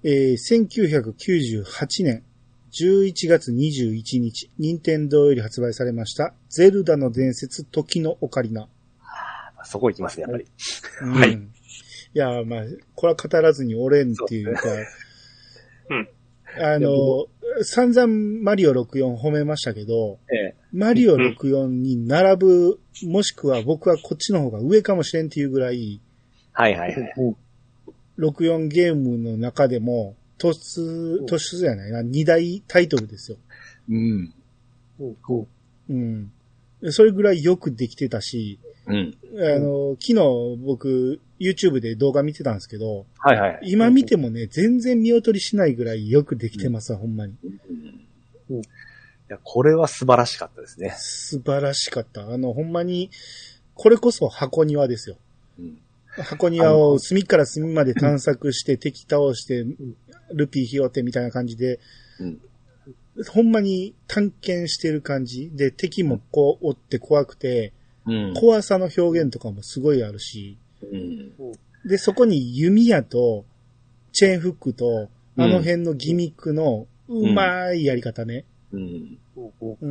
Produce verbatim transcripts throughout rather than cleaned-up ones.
えー、せんきゅうひゃくきゅうじゅうはちねんじゅういちがつにじゅういちにち、任天堂より発売されました、ゼルダの伝説時のオカリナ。 そこ行きますね、やっぱり。 うん、 はい。 いや、まあ、これは語らずにおれんっていうか、 うん。 あの、散々マリオろくじゅうよん褒めましたけど、ええ、マリオろくじゅうよんに並ぶ、もしくは僕はこっちの方が上かもしれんっていうぐらい、 はいはいはい。 ろくじゅうよんゲームの中でも、突出、突出じゃないな、二大タイトルですよ。 うん。 うん。それぐらいよくできてたし、 うん。 あの、昨日僕、YouTube で動画見てたんですけど、 はいはい。 今見てもね、全然見劣りしないぐらいよくできてます、うん、ほんまに。 うん、いや、これは素晴らしかったですね。 素晴らしかった。あの、ほんまに、これこそ箱庭ですよ。うん、箱庭を隅から隅まで探索して、敵倒して、ルピー拾ってみたいな感じで、うん、ほんまに探検してる感じで、敵もこう追って怖くて、うん、怖さの表現とかもすごいあるし、うん、で、そこに弓矢とチェーンフックと、あの辺のギミックのうまいやり方ね。うんうん、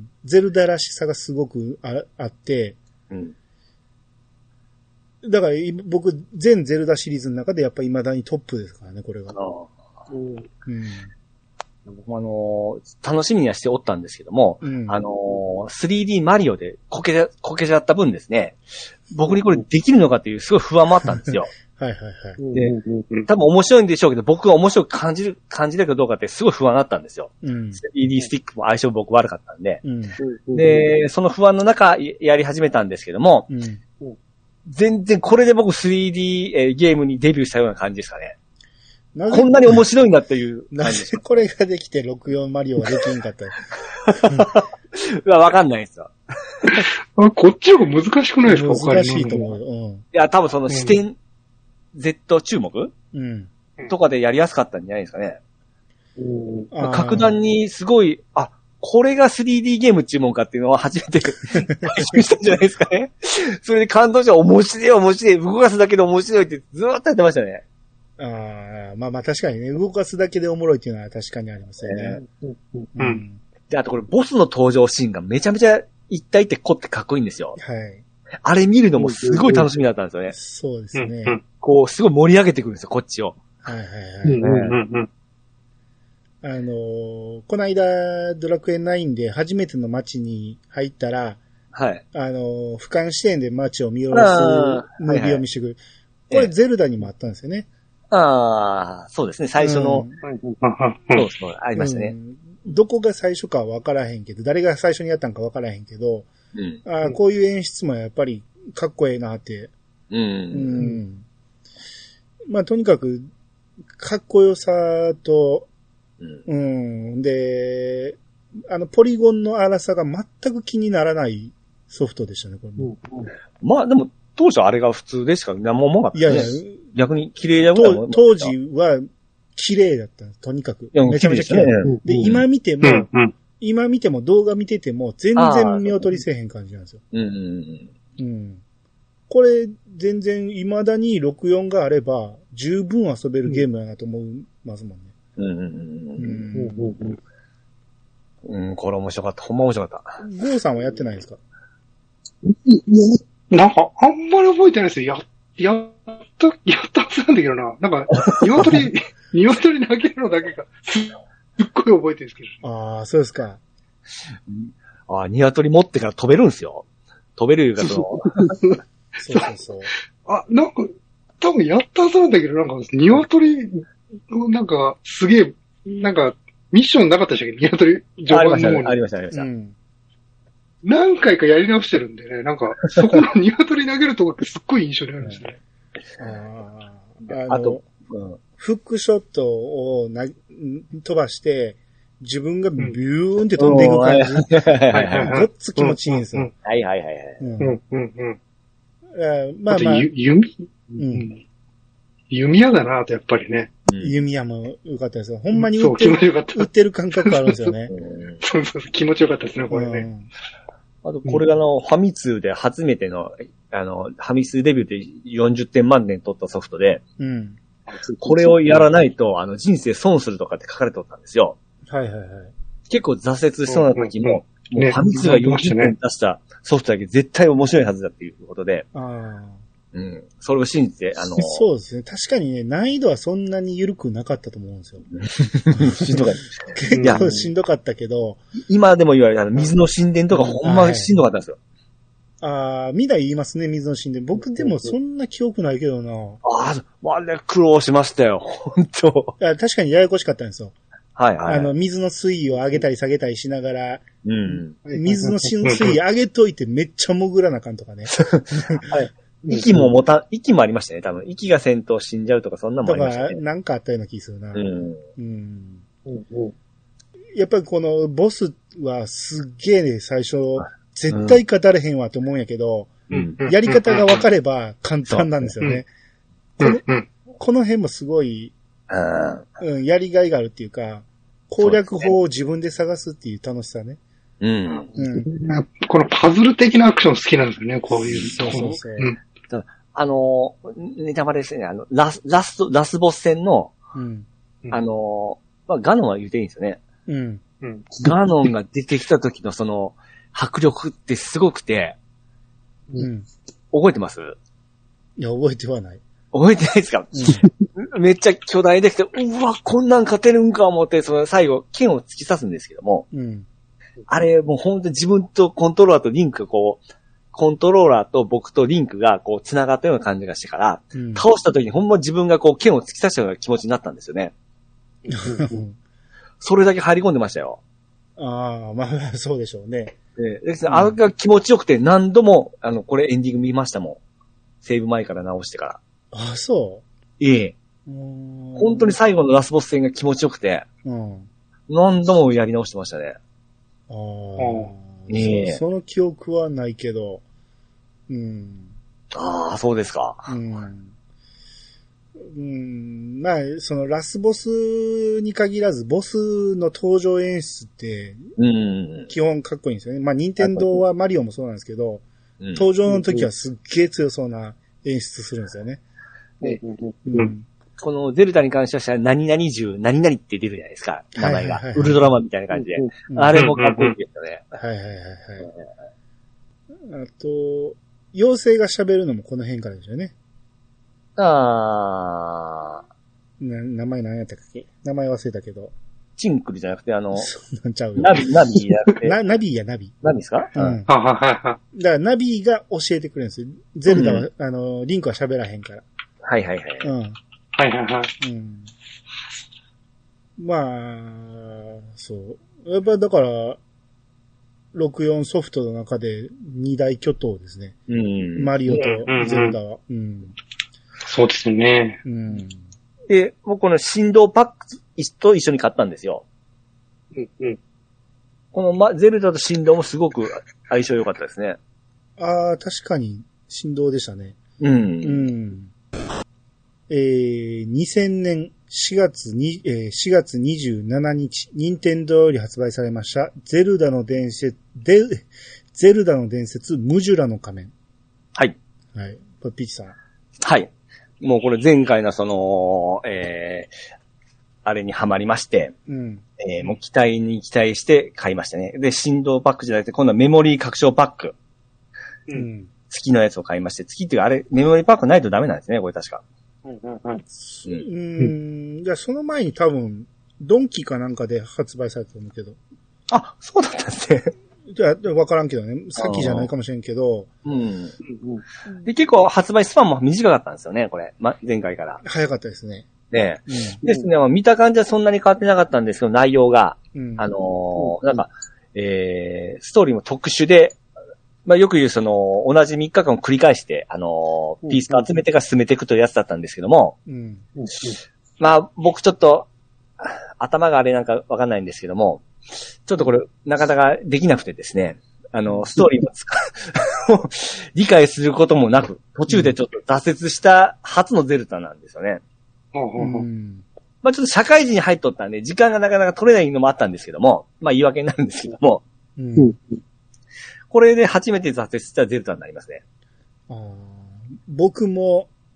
ゼルダらしさがすごく あ, あって、うん、だから僕、全ゼルダシリーズの中でやっぱ未だにトップですからね、これが。うん僕もあのー、楽しみにはしておったんですけども、うん、あのー、スリーディー マリオでこけ、こけちゃった分ですね、僕にこれできるのかっていうすごい不安もあったんですよ。 はいはいはい。 で、多分面白いんでしょうけど、僕が面白く感じる、感じるかどうかってすごい不安だったんですよ。うん、スリーディー スティックも相性僕悪かったんで、うん、で、その不安の中やり始めたんですけども、うん、全然これで僕 スリーディー ゲームにデビューしたような感じですかね。こんなに面白いんだっていうなぜこれができてろくじゅうよんマリオができんかったわわかんないですよ。 あ、こっちの方が難しくないですか？ 難しいと思うよ。うん、 いや、多分その視点、うん、Z 注目、うん、とかでやりやすかったんじゃないですかね。うんまあ、格段にすごい、あ、これが スリーディー ゲーム注目かっていうのは初めて体験したんじゃないですかね。それで感動して面白い面白い、動かすだけで面白いってずーっとやってましたね。 ああ、まあまあ確かにね、動かすだけでおもろいっていうのは確かにありますよね。 うんうん、で、あとこれボスの登場シーンがめちゃめちゃ一体って凝ってかっこいいんですよ。はい。あれ見るのもすごい楽しみだったんですよね。 そうですね。 こう、すごい盛り上げてくるんですよ、こっちを。 はいはいはい。あのー、この間、ドラクエナインで初めての街に入ったら、はい。あのー、俯瞰視点で街を見下ろすムービーを見せてくる。これゼルダにもあったんですよね。 ああ、そうですね、最初の。うん、そうそう、ありましたね、うん。 どこが最初かは分からへんけど、誰が最初にやったんか分からへんけど、うん、あこういう演出もやっぱりかっこええなって。うん。うん、まあとにかく、かっこよさと、うん、うん。で、あの、ポリゴンの粗さが全く気にならないソフトでしたね、これも。 まあでも、当初あれが普通でしか何も思わなかった、ね。いやいや、逆に綺麗だよ。当時は綺麗だった。とにかく。めちゃめちゃ綺麗。で、ねで、今見ても、うんうん、今見ても動画見てても全然見劣りせえへん感じなんですよ。うんうんうん。うん。これ、全然未だにろくじゅうよんがあれば十分遊べるゲームだなと思いますもんね。うんうんうん。 うんうんうん、これ面白かった。ほんま面白かった。 ゴーさんはやってないですか？ なんか、あんまり覚えてないですよ。や、やった、やったはずなんだけどな。なんか、鶏、鶏投げるのだけが、すっごい覚えてるんですけど。 ああ、そうですか。 ああ、鶏持ってから飛べるんですよ。飛べるいうかその。 そうそうそう。 あ、なんか、多分やったはずなんだけど、なんか、鶏、なんか、すげえ、なんか、ミッションなかったでしたっけ？鶏、 序盤の方に。ありました、ありました、ありました。 何回かやり直してるんでね、なんか、そこの鶏投げるところってすっごい印象にあるんですね。 ああ、あと、うん、フックショットをな飛ばして、自分がビューンって飛んでいく感じ。ごっつ気持ちいいんですよ。 はいはいはいはい。うんうんうん。まあまあ。弓、うん、弓矢だなとやっぱりね。 弓矢も良かったですよ。ほんまに売ってる、売ってる感覚あるんですよね。 そうそう、気持ちよかったですね、これね。うんあと、これがあの、ファミ通で初めての、あの、ファミ通デビューでよんじゅってん満点取ったソフトで、うん。 これをやらないと、あの、人生損するとかって書かれておったんですよ。 はいはいはい。 結構挫折しそうな時も、もうファミ通がよんじゅってん出したソフトだけ絶対面白いはずだっていうことで、あうん。それを信じて、あの、 そうですね。確かにね、難易度はそんなに緩くなかったと思うんですよ。 しんどかった。 結構しんどかったけど。 今でも言われる、あの、水の神殿とかほんましんどかったんですよ。 ああ、みだ言いますね、水の神殿。僕でもそんな記憶ないけどな。 ああ、あれ苦労しましたよ、本当。 いや確かにややこしかったんですよ。 はいはい。 あの、水の水位を上げたり下げたりしながら、 うん。 水の水位上げといてめっちゃ潜らなあかんとかね。 はい。息ももた、息もありましたね、多分。息が戦闘死んじゃうとかそんなもんありましたね。 とか、なんかあったような気するな。 うん。 うん。うん、やっぱりこのボスはすっげえね、最初、絶対語れへんわって思うんやけど、うん、やり方が分かれば簡単なんですよね。この、この辺もすごい、うん、やりがいがあるっていうか、攻略法を自分で探すっていう楽しさね。 うん。うん、 このパズル的なアクション好きなんですよね、こういう。 そうそうそう。 うん、あの、ネタバレですね、あの、ラス、ラスト、ラスボス戦の、うん、あの、まあ、ガノンは言うていいんですよね。うん。うん、ガノンが出てきた時のその、迫力ってすごくて、うん。覚えてます？ いや、覚えてはない。 覚えてないですか？うん、めっちゃ巨大できて、うわ、こんなん勝てるんか思って、その最後、剣を突き刺すんですけども、うん。あれ、もうほんと自分とコントローラーとリンクがこう、コントローラーと僕とリンクがこう繋がったような感じがしてから、うん、倒した時にほんま自分がこう剣を突き刺したような気持ちになったんですよね。それだけ入り込んでましたよ。 ああ、まあ、そうでしょうね。 えー、ですね、あれが気持ちよくて何度も、あの、これエンディング見ましたもん。セーブ前から直してから。 ああ、そう。 ええ。本当に最後のラスボス戦が気持ちよくて、うん、何度もやり直してましたね。 ああ、ええ。その記憶はないけど、うん。 ああ、そうですか。 うん。うん、まあ、そのラスボスに限らず、ボスの登場演出って、基本かっこいいんですよね。まあ、任天堂はマリオもそうなんですけど、うん、登場の時はすっげえ強そうな演出するんですよね。 うん、このゼルダに関しては、何々獣、何々って出るじゃないですか、名前が。ウルトラマンみたいな感じで。うん、あれもかっこいいですよね。 はいはいはいはい。あと、妖精が喋るのもこの辺からですよね。 あー。な、名前何やったっけ？名前忘れたけど。 チンクルじゃなくて、あの、 そうなんちゃうよ。 ナビ、ナビじゃなくて。 な、ナビやナビ。 ナビですか？ うん。はははは。 だからナビが教えてくれるんですよ。ゼルダは、うん、あの、リンクは喋らへんから。 はいはいはい。 うん。はいはいはい。うん。 まあ、そう。やっぱだから、ろくじゅうよんソフトの中で二大巨頭ですね。うん。マリオとゼルダは。うん。うん、 そうですね。 うん。 で、僕この振動パックと一緒に買ったんですよ。 うんうん。 この、ま、ゼルダと振動もすごく相性良かったですね。 ああ、確かに振動でしたね。 うん。うん。えー、にせんねんしがつに、えー、しがつにじゅうしちにち、任天堂より発売されました、ゼルダの伝説、で、ゼルダの伝説、ムジュラの仮面。 はい。 はい。これピッチさん。 はい。もうこれ前回のその、えー、あれにハマりまして、うん。えー、もう期待に期待して買いましたね。で、振動パックじゃなくて、今度はメモリー拡張パック。うん。月のやつを買いまして、月っていうかあれ、メモリーパックないとダメなんですね、これ確か。 うんうんうん。うん。じゃあその前に多分、ドンキかなんかで発売されたと思うけど。 あ、そうだったんですね。 じゃあ、わからんけどね。さっきじゃないかもしれんけど。 うん。で、結構発売スパンも短かったんですよね、これ。ま、前回から。 早かったですね。 ねえ。うん、ですね、見た感じはそんなに変わってなかったんですけど、内容が。うん、あのー、なんか、えー、ストーリーも特殊で、まあ、よく言うその、同じみっかかんを繰り返して、あのー、ピースを集めてから進めていくというやつだったんですけども。うん、まあ、僕ちょっと、頭があれなんかわかんないんですけども、ちょっとこれ、なかなかできなくてですね、あの、ストーリーも使う理解することもなく、途中でちょっと挫折した初のゼルダなんですよね。うん、まあちょっと社会人に入っとったんで、時間がなかなか取れないのもあったんですけども、まあ言い訳になるんですけども、うん、これで初めて挫折したゼルダになりますね。 あ僕も、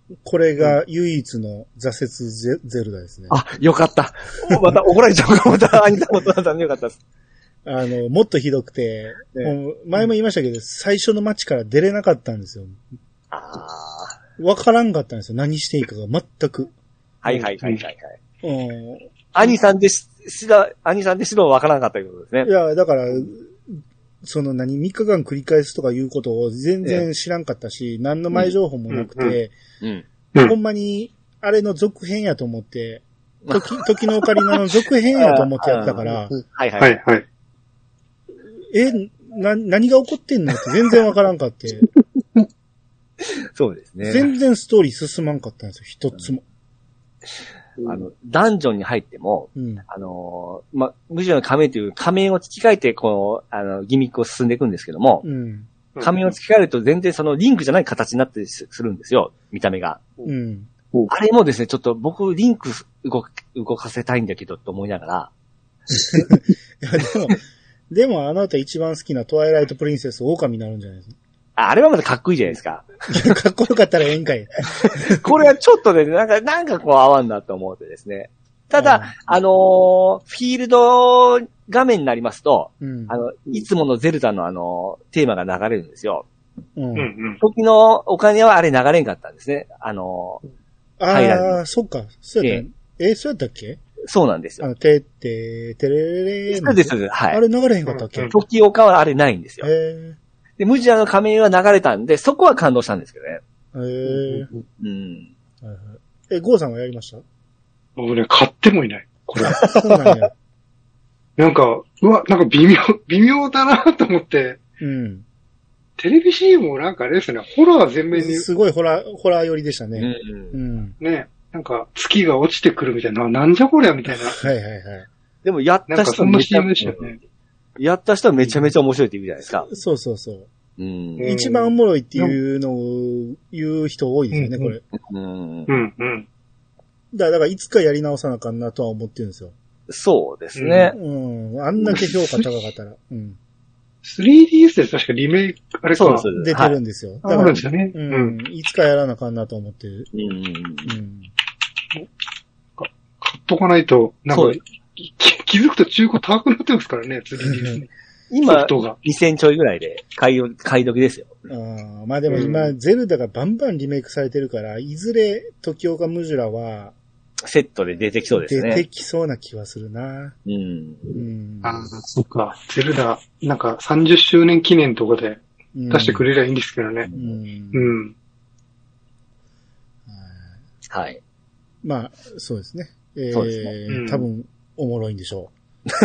これが唯一の挫折ゼゼルダですね。 あ、よかった。また怒られちゃうかも。また、兄さんもったんでよかったです。 あの、もっとひどくて、ね、もう前も言いましたけど、最初の街から出れなかったんですよ。ああ。わからんかったんですよ。何していいかが全く。 はいはいはいはいはい。うん。兄さんでし、しら、兄さんでしろわからなかったということですね。 いや、だから、その何、みっかかん繰り返すとかいうことを全然知らんかったし、ええ、何の前情報もなくて、うんうん、ほんまに、あれの続編やと思って、時、時のオカリナの続編やと思ってやったから、 はいはいはい。 え、な、何が起こってんのって全然わからんかって。 そうですね。 全然ストーリー進まんかったんですよ、一つも。 あの、ダンジョンに入っても、うん、あの、ま、無事の仮面という仮面を付き替えて、この、あの、ギミックを進んでいくんですけども、うん、仮面を付き替えると全然そのリンクじゃない形になったりするんですよ、見た目が。うん、あれもですね、ちょっと僕リンク動か、動かせたいんだけどと思いながら。 いや、でも、でもあなた一番好きなトワイライトプリンセス狼になるんじゃないですか。 あれはまだかっこいいじゃないですか。 かっこよかったらええんかい。 これはちょっとね、なんか、なんかこう合わんなと思ってですね。ただ、あのー、フィールド画面になりますと、うん、あの、いつものゼルダのあの、テーマが流れるんですよ。うん。時のお金はあれ流れんかったんですね。あのー、ああ、そっか。そうやった、えー、そうやったっけ？ そうなんですよ。 あの、てって、てれれれそうです、そうです。はい。 あれ流れへんかったっけ？ 時岡はあれないんですよ。へー。で、ムジアの仮面は流れたんで、そこは感動したんですけどね。 へー。うん。え、ゴーさんはやりました？ 僕ね、買ってもいない。これ。そうなんや。なんか、うわ、なんか微妙、微妙だなと思って。うん。テレビ シーエム もなんかあれですね、ホラー全面に。 すごいホラー、ホラー寄りでしたね。 うん。うん。 ね。なんか、月が落ちてくるみたいな、なんじゃこりゃみたいな。 はいはいはい。 でも、やった人めちゃめちゃ、ね、 やった人はめちゃめちゃ面白いって言うじゃないですか。 そうそうそう。うん、一番おもろいっていうのを言う人多いですよね、うん、これ。うん。うん。うん。だから、だからいつかやり直さなあかんなとは思ってるんですよ。 そうですね。 うん。あんだけ評価高かったら。うん。 スリーディーエス で確かリメイク、あれか。 そうです。出てるんですよ。はい、 だから、ですよね。 うん。いつかやらなあかんなと思ってる。うん。うん。 買っとかないと、なんか、気づくと中古高くなってますからね、スリーディーエス ね。 今、にせんちょいぐらいで買い、買い時ですよ。 あまあでも今、うん、ゼルダがバンバンリメイクされてるから、いずれ、時岡ムジュラは、 セットで出てきそうですね。 出てきそうな気はするな。 うん。うん、 ああ、そっか。ゼルダ、なんかさんじゅっしゅうねん記念とかで出してくれりゃいいんですけどね。うん。うん。 はい。 まあ、そうですね。えー、そうですね。うん、多分、おもろいんでしょう。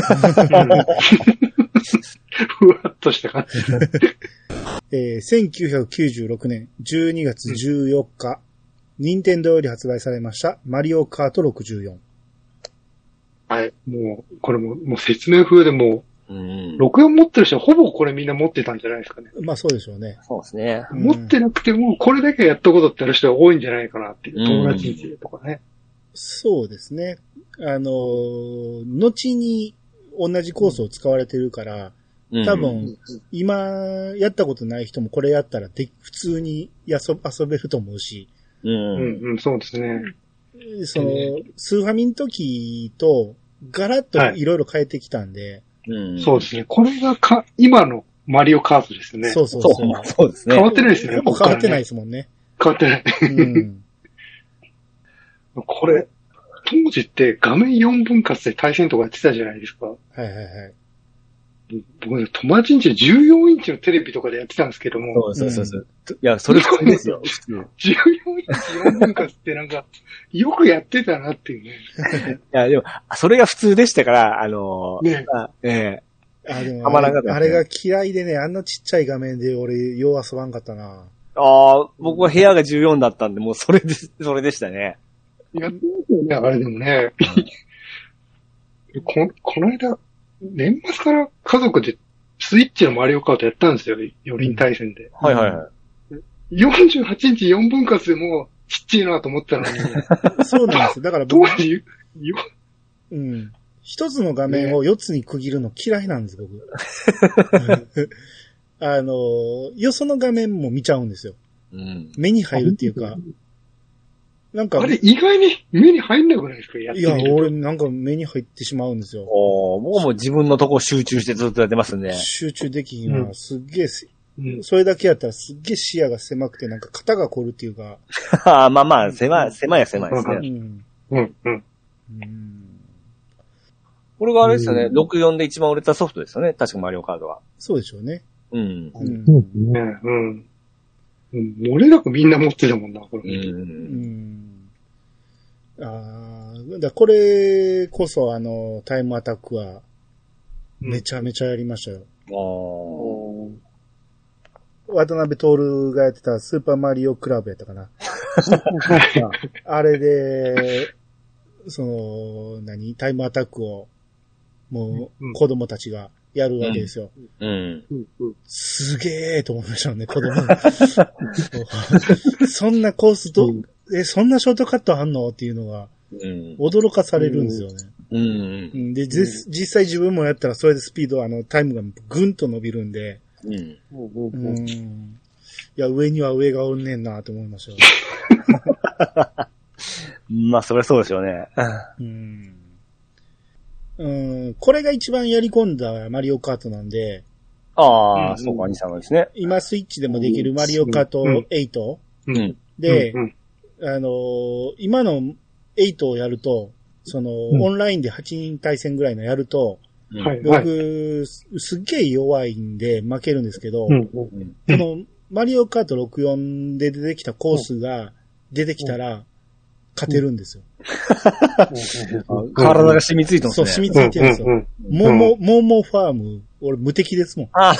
ふわっとした感じ。 えー、せんきゅうひゃくきゅうじゅうろくねんじゅうにがつじゅうよっか、うん、任天堂より発売されましたマリオカートろくじゅうよん。 はい、もう、これも、もう説明風でもう、うん、ろくじゅうよん持ってる人はほぼこれみんな持ってたんじゃないですかね。 まあそうでしょうね。 そうですね。 持ってなくても、これだけやったことってある人が多いんじゃないかなっていう、友達にとかね。 そうですね。あのー、後に同じコースを使われてるから、うん、多分、今やったことない人もこれやったらで普通に遊べると思うし。 うん、うん、そうですね。 その、スーファミの時とガラッといろいろ変えてきたんで、 はいうん。そうですね。これがか、今のマリオカートですよね。 そうそうそう。 そうそうですね。 変わってないですね。 変わってないですもんね。 変わってない。うんこれ、当時って画面よんぶん割で対戦とかやってたじゃないですか。 はいはいはい。 僕ね、友達んちじゅうよんインチのテレビとかでやってたんですけども。 そうそうそう。うん、いや、それ普通ですよ。 じゅうよんインチよんぶん割ってなんか、よくやってたなっていうね。 いや、でも、それが普通でしたから、あのー、ねえ。ええ。あ、でもあれ、あれが嫌いでね、あんなちっちゃい画面で俺、よう遊ばんかったな。 ああ、僕は部屋がじゅうよんだったんで、もうそれで、それでしたね。 やってますよね、あれでもね。こ、この間、年末から家族でスイッチのマリオカートやったんですよ、よりん対戦で。 はいはいはい。 よんじゅうはちインチよんぶん割でもちっちゃいなと思ったのに。 そうなんですよ。だから僕、当時、よ、 うん。一つの画面をよっつに区切るの嫌いなんです、僕。あの、よその画面も見ちゃうんですよ。うん、目に入るっていうか、 なんか。 あれ意外に目に入んなくないですか？やってみると。 いや、俺なんか目に入ってしまうんですよ。 お僕も自分のとこ集中してずっとやってますね。 集中できひんわ、うん、すっげえ、うん、それだけやったらすっげえ視野が狭くてなんか肩が凝るっていうか。 まあまあ、狭い、狭いは狭いですね。うん。うん。うん。これがあれですよね、うん、ろくじゅうよんで一番売れたソフトですよね、確かマリオカードは。 そうでしょうね。うん。 うん。そうですね。うん。うん。漏れなくみんな持ってるもんな、これ。うん。 うん、ああ、だこれこそあの、タイムアタックは、めちゃめちゃやりましたよ。うん、ああ。渡辺徹がやってたスーパーマリオクラブやったかな。あれで、その、何タイムアタックを、もう、子供たちがやるわけですよ。うん。うん、すげーと思いましたね、子供。そんなコースと、え、そんなショートカットあんのっていうのが、驚かされるんですよね。うん。で、実際自分もやったら、それでスピード、あの、タイムがぐんと伸びるんで、うん。うん。いや、上には上がおんねんなと思いましたよ。 まあ、そりゃそうでしょうね。うん。 うん、これが一番やり込んだマリオカートなんで。 ああ、うん、そうか、兄さんがですね。 今スイッチでもできるマリオカートはち、うん、で、うん、あのー、今のはちをやると、その、うん、オンラインではちにん対戦ぐらいのやると、うん、僕、はい、すっげえ弱いんで負けるんですけど、うん、このマリオカートろくじゅうよんで出てきたコースが出てきたら、勝てるんですよ。 体が染みついてますね。 そう、染みついてるんですよ。モーモ、モーモーファーム、俺無敵ですもん。あ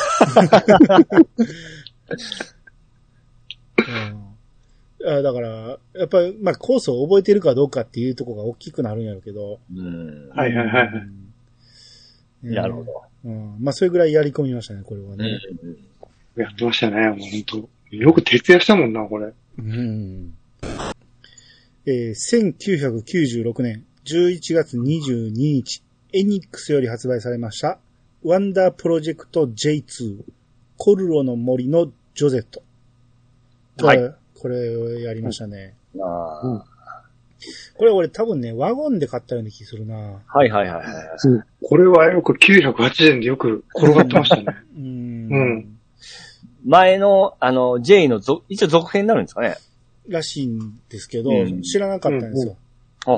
うん、あだから、やっぱり、まあ、コースを覚えてるかどうかっていうところが大きくなるんやろうけど。うん、 はいはいはい。 うん、なるほど。 うん。まあ、それぐらいやり込みましたね、これはね。 うん、やってましたね、もう本当。よく徹夜したもんな、これ。うん。 えー、せんきゅうひゃくきゅうじゅうろくねんじゅういちがつにじゅうににち、エニックスより発売されました、ワンダープロジェクト ジェイツー、コルロの森のジョゼット。はい。これをやりましたね。あうん、これ俺多分ね、ワゴンで買ったような気するな。 はいはいはいはい。 うん、これはよくきゅうひゃくはちえんでよく転がってましたね。うん。 うん。前の、あの、J のぞ、一応続編になるんですかね。 らしいんですけど、うん、知らなかったんですよ。うん。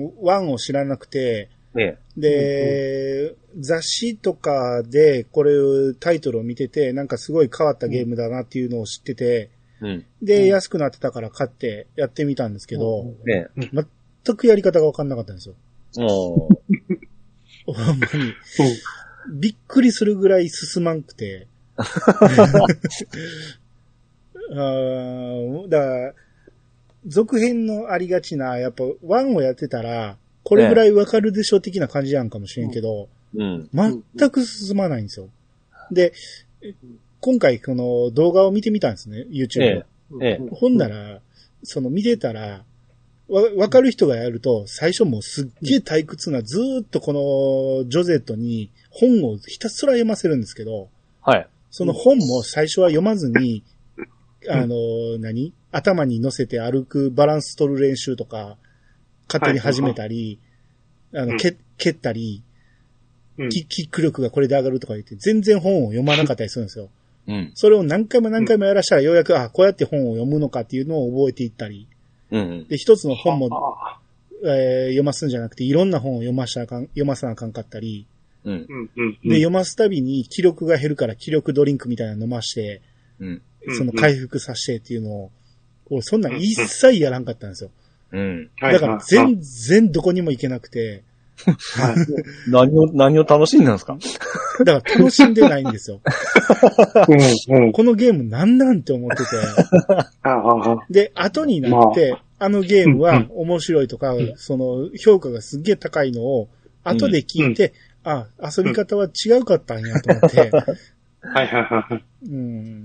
うん。ワンを知らなくて、ね、で、うん、雑誌とかでこれタイトルを見てて、なんかすごい変わったゲームだなっていうのを知ってて、うん、で、安くなってたから買ってやってみたんですけど、ね、全くやり方がわかんなかったんですよ。ほんまに。びっくりするぐらい進まんくて。あだから、続編のありがちな、やっぱ、ワンをやってたら、これぐらいわかるでしょ的な感じなんかもしれんけど、うん、全く進まないんですよ。で、今回この動画を見てみたんですね、YouTube。ええええ、ほんなら、その見てたら、わ、わかる人がやると、最初もうすっげえ退屈な、ずーっとこのジョゼットに本をひたすら読ませるんですけど、はい。その本も最初は読まずに、あの、何頭に乗せて歩くバランス取る練習とか、勝手に始めたり、はい、あの、うん、蹴、蹴ったり、うん、キック力がこれで上がるとか言って、全然本を読まなかったりするんですよ。うん、それを何回も何回もやらしたら、ようやく、あ、こうやって本を読むのかっていうのを覚えていったり、うん、で、一つの本も、えー、読ますんじゃなくて、いろんな本を読ましたあかん、読まさなあかんかったり、うん、で、読ますたびに気力が減るから気力ドリンクみたいなの飲まして、うんその回復させてっていうのを、俺そんなん一切やらんかったんですよ。うん。だから全然どこにも行けなくて。 はい、何を、何を楽しんだんですか？ だから楽しんでないんですよ。うんうん、このゲームなんなんて思ってて。で、後になって、まあ、あのゲームは面白いとか、うん、その評価がすっげえ高いのを後で聞いて、うん、あ、遊び方は違うかったんやと思って。はいはいはい。うん。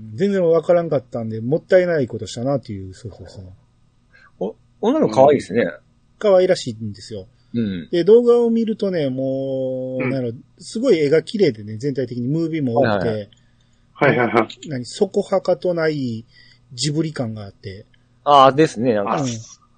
全然わからんかったんで、もったいないことしたなっていう、そうそうそう。 お、女の子可愛いですね。 可愛らしいんですよ。うん。で、動画を見るとね、もう、うん、なんやろ、すごい絵が綺麗でね、全体的にムービーも多くて。はいはいはい。何、底はかとないジブリ感があって。 ああ、ですね、なんか。うん。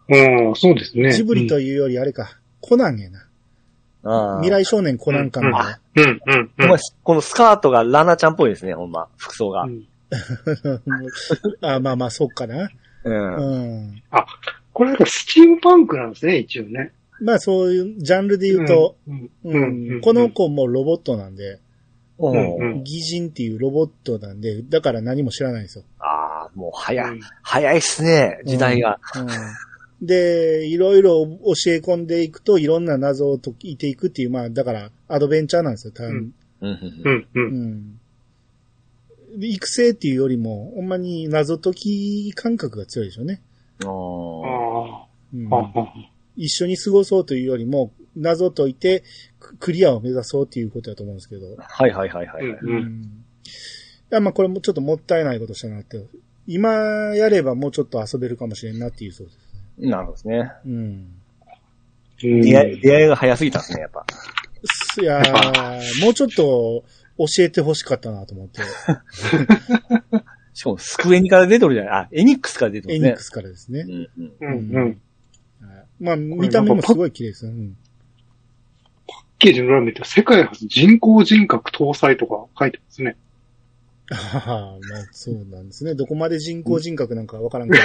うん、そうですね。 ジブリというよりあれか、うん、コナンやな。あ未来少年コナン感が。 うん、うん、うん。 このスカートがラナちゃんっぽいですね、ほんま、服装が。うん、 あまあまあ、そうかな。うん。 うん、あ、これなんかスチームパンクなんですね、一応ね。 まあそういうジャンルで言うと、うんうんうん、この子もロボットなんで、うんうん、擬人っていうロボットなんで、だから何も知らないんですよ。 ああ、もう早い、うん、早いっすね、時代が。うんうんで、いろいろ教え込んでいくと、いろんな謎を解いていくっていう、まあ、だから、アドベンチャーなんですよ、多分。うん。うん。うん。育成っていうよりも、ほんまに謎解き感覚が強いでしょうね。ああ、うん。一緒に過ごそうというよりも、謎解いて、クリアを目指そうっていうことだと思うんですけど。 はいはいはいはい。うん。 いや、まあ、これもちょっともったいないことしたなって。今やればもうちょっと遊べるかもしれんなっていうそうです。 なるほどですね。うん。出会い、出会いが早すぎたんですね、やっぱ。 いやー、もうちょっと教えてほしかったなと思って。 しかも、スクエニから出とるじゃない。あ、エニックスから出とるね。 エニックスからですね。うん、うん。うん、うん。まあ、見た目もすごい綺麗ですよ。うん。 パッケージの裏見て、世界初人工人格搭載とか書いてますね。 ああ、まあそうなんですね。どこまで人工人格なんかわからんけど。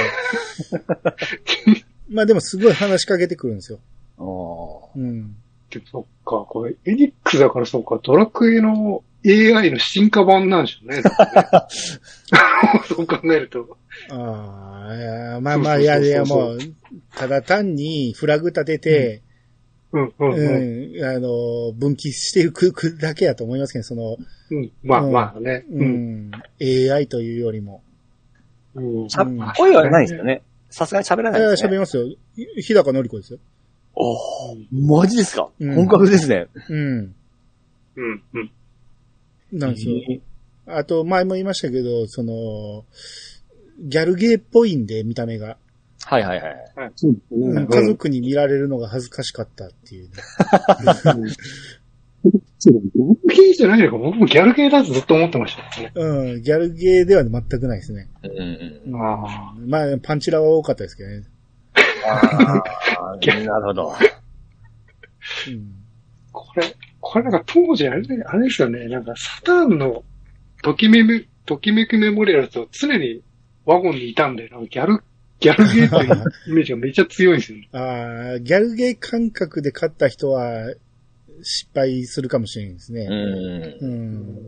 まあでもすごい話しかけてくるんですよ。ああ。うん。でそっか、これエニックスだからそうか、ドラクエの エーアイ の進化版なんでしょうね。ねそう考えると。 ああ、いやまあまあ、いやいやもう、ただ単にフラグ立てて、うんうんうんうん、あの、分岐していくだけやと思いますけど、その、 うん、まあまあね、 うん。うん。エーアイ というよりも。 うん。しゃ、声はないですよね。さすがに喋らないですね。 喋りますよ。日高のり子ですよ。 おー、マジですか、うん、本格ですね。うん。 うん、うん。 なんですよ。あと、前も言いましたけど、その、ギャルゲーっぽいんで、見た目が。 はいはいはい。 うん、家族に見られるのが恥ずかしかったっていう、ね。 ギャルゲーじゃないのか、僕もギャルゲーだとずっと思ってましたね。 うん、ギャルゲーでは全くないですね。うんうん、あまあ、パンチラは多かったですけどね。 ああ、なるほど、 うん。これ、これなんか当時あれ、あれですよね、なんかサターンのときめめ、ときめくメモリアルと常にワゴンにいたんで、なんかギャル、ギャルゲーっていうイメージがめっちゃ強いんですよね。 ああ、ギャルゲー感覚で勝った人は失敗するかもしれないですね。うん。うん。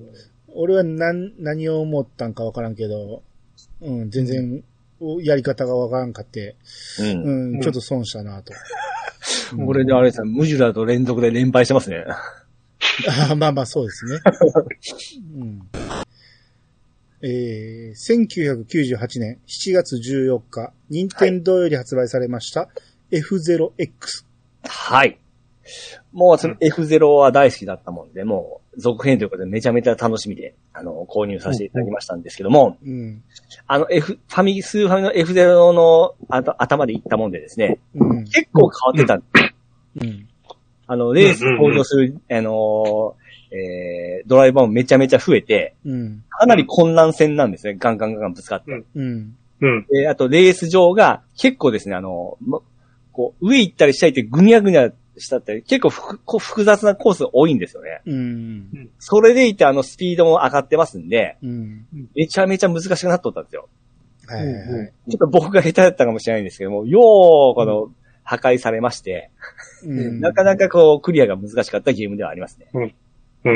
俺は何、何を思ったんかわからんけど、うん、全然、やり方がわからんかって、うん、うん、ちょっと損したなと。 これであれですね、ムジュラと連続で連敗してますね。 あまあまあそうですね。うんえー、せんきゅうひゃくきゅうじゅうはちねんしちがつじゅうよっか、任天堂より発売されました、エフゼロエックス。 はい。もうその エフゼロ は大好きだったもんで、もう続編ということでめちゃめちゃ楽しみで、あの、購入させていただきましたんですけども、うん、あの F、ファミ、スーファミの エフゼロ のあと頭で言ったもんでですね、うん、結構変わってたんです、うんうん。あの、レース登場する、あのー、えー、ドライバーもめちゃめちゃ増えて、うん、かなり混乱戦なんですね。ガンガンガンガンぶつかって。うんうん、であと、レース場が結構ですね、あの、ま、こう、上行ったり下行ってぐにゃぐにゃしたって結構ふこ複雑なコース多いんですよね。うん、それでいてあのスピードも上がってますんで、うん、めちゃめちゃ難しくなっとったんですよ。はいはいはい、ちょっと僕が下手だったかもしれないんですけども、よーこの破壊されまして、うん、なかなかこうクリアが難しかったゲームではありますね。うんうん、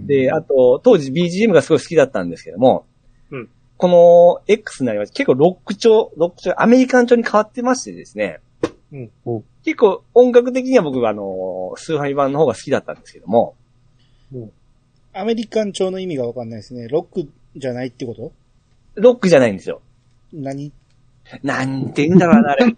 で、あと、当時 ビージーエム がすごい好きだったんですけども、うん、この X になりまして、結構ロック調、ロック調、アメリカン調に変わってましてですね、うんうん、結構音楽的には僕はあの、スーファミ版の方が好きだったんですけども、 うん、アメリカン調の意味がわかんないですね。ロックじゃないってこと？ ロックじゃないんですよ。 何？ なんて言うんだろうな、あれ。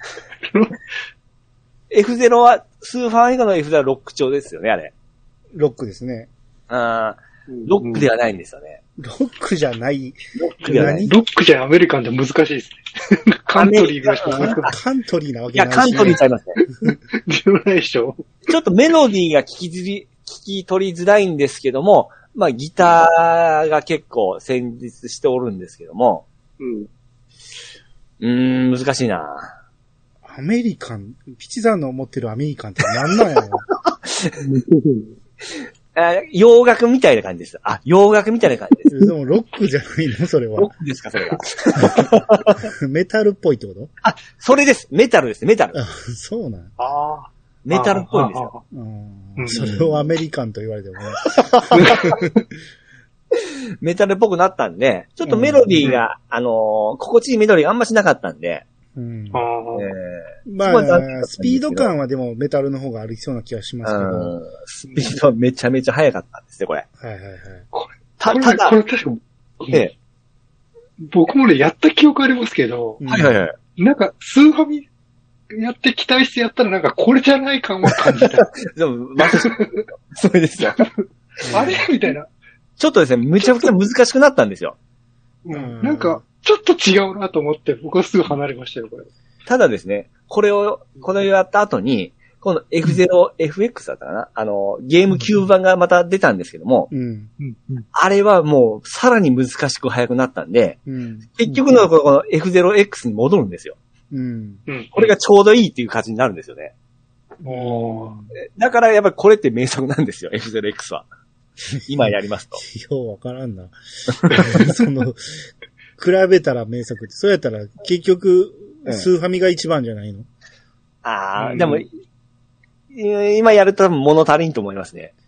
エフゼロ は、スーファミ以下の エフゼロ はロック調ですよね、あれ。 ロックですね。 ああ、ロックではないんですよね。 ロックじゃない。 ロックじゃない。ロックじゃアメリカンで難しいですね。カントリーぐらいしか思いつかない。 カントリーなわけないし、 ね。いや、カントリーちゃいますね。 じゃないでしょ。 ちょっとメロディーが聞きずり、聞き取りづらいんですけども、まあギターが結構戦術しておるんですけども、うん。うーん、難しいな。 アメリカン、ピチさんの思ってるアメリカンって何なんやろあ洋楽みたいな感じです。あ、洋楽みたいな感じです。 でもロックじゃないのそれは。 ロックですか、それは。 メタルっぽいってこと？ あ、それです。メタルです。メタル。 あ、そうなん。 ああ。 メタルっぽいんですよ。 うん、それをアメリカンと言われてもね。 メタルっぽくなったんで、ちょっとメロディーが、うん、あのー、心地いいメロディーがあんましなかったんで。うん、えー、 まあ、スピード感はでもメタルの方がありそうな気がしますけど。 スピードはめちゃめちゃ速かったんですね、これ。 はいはいはい。 これ、たただ、これ確か、ええ、僕もね、やった記憶ありますけど、 うん、はいはいはい。 なんか、スーファミやって期待してやったらなんかこれじゃない感は感じた。 でも、まあ、それですよ。 あれみたいな。 ちょっとですね、めちゃくちゃ難しくなったんですよ。 うん。なんか、ちょっと違うなと思って、僕はすぐ離れましたよ、これ。 ただですね、これを、これをやった後に、この エフゼロエフエックス だったかな、あの、ゲームキューブ版がまた出たんですけども、うん、あれはもう、さらに難しく速くなったんで、うん、結局のこの エフゼロエックス に戻るんですよ。うん、これがちょうどいいっていう感じになるんですよね。おだからやっぱりこれって名作なんですよ、エフゼロエックス は。今やりますと。 ようわからんな。その、比べたら名作って、そうやったら結局、スーファミが一番じゃないの？ うん、ああ、でも、今やると物足りんと思いますね。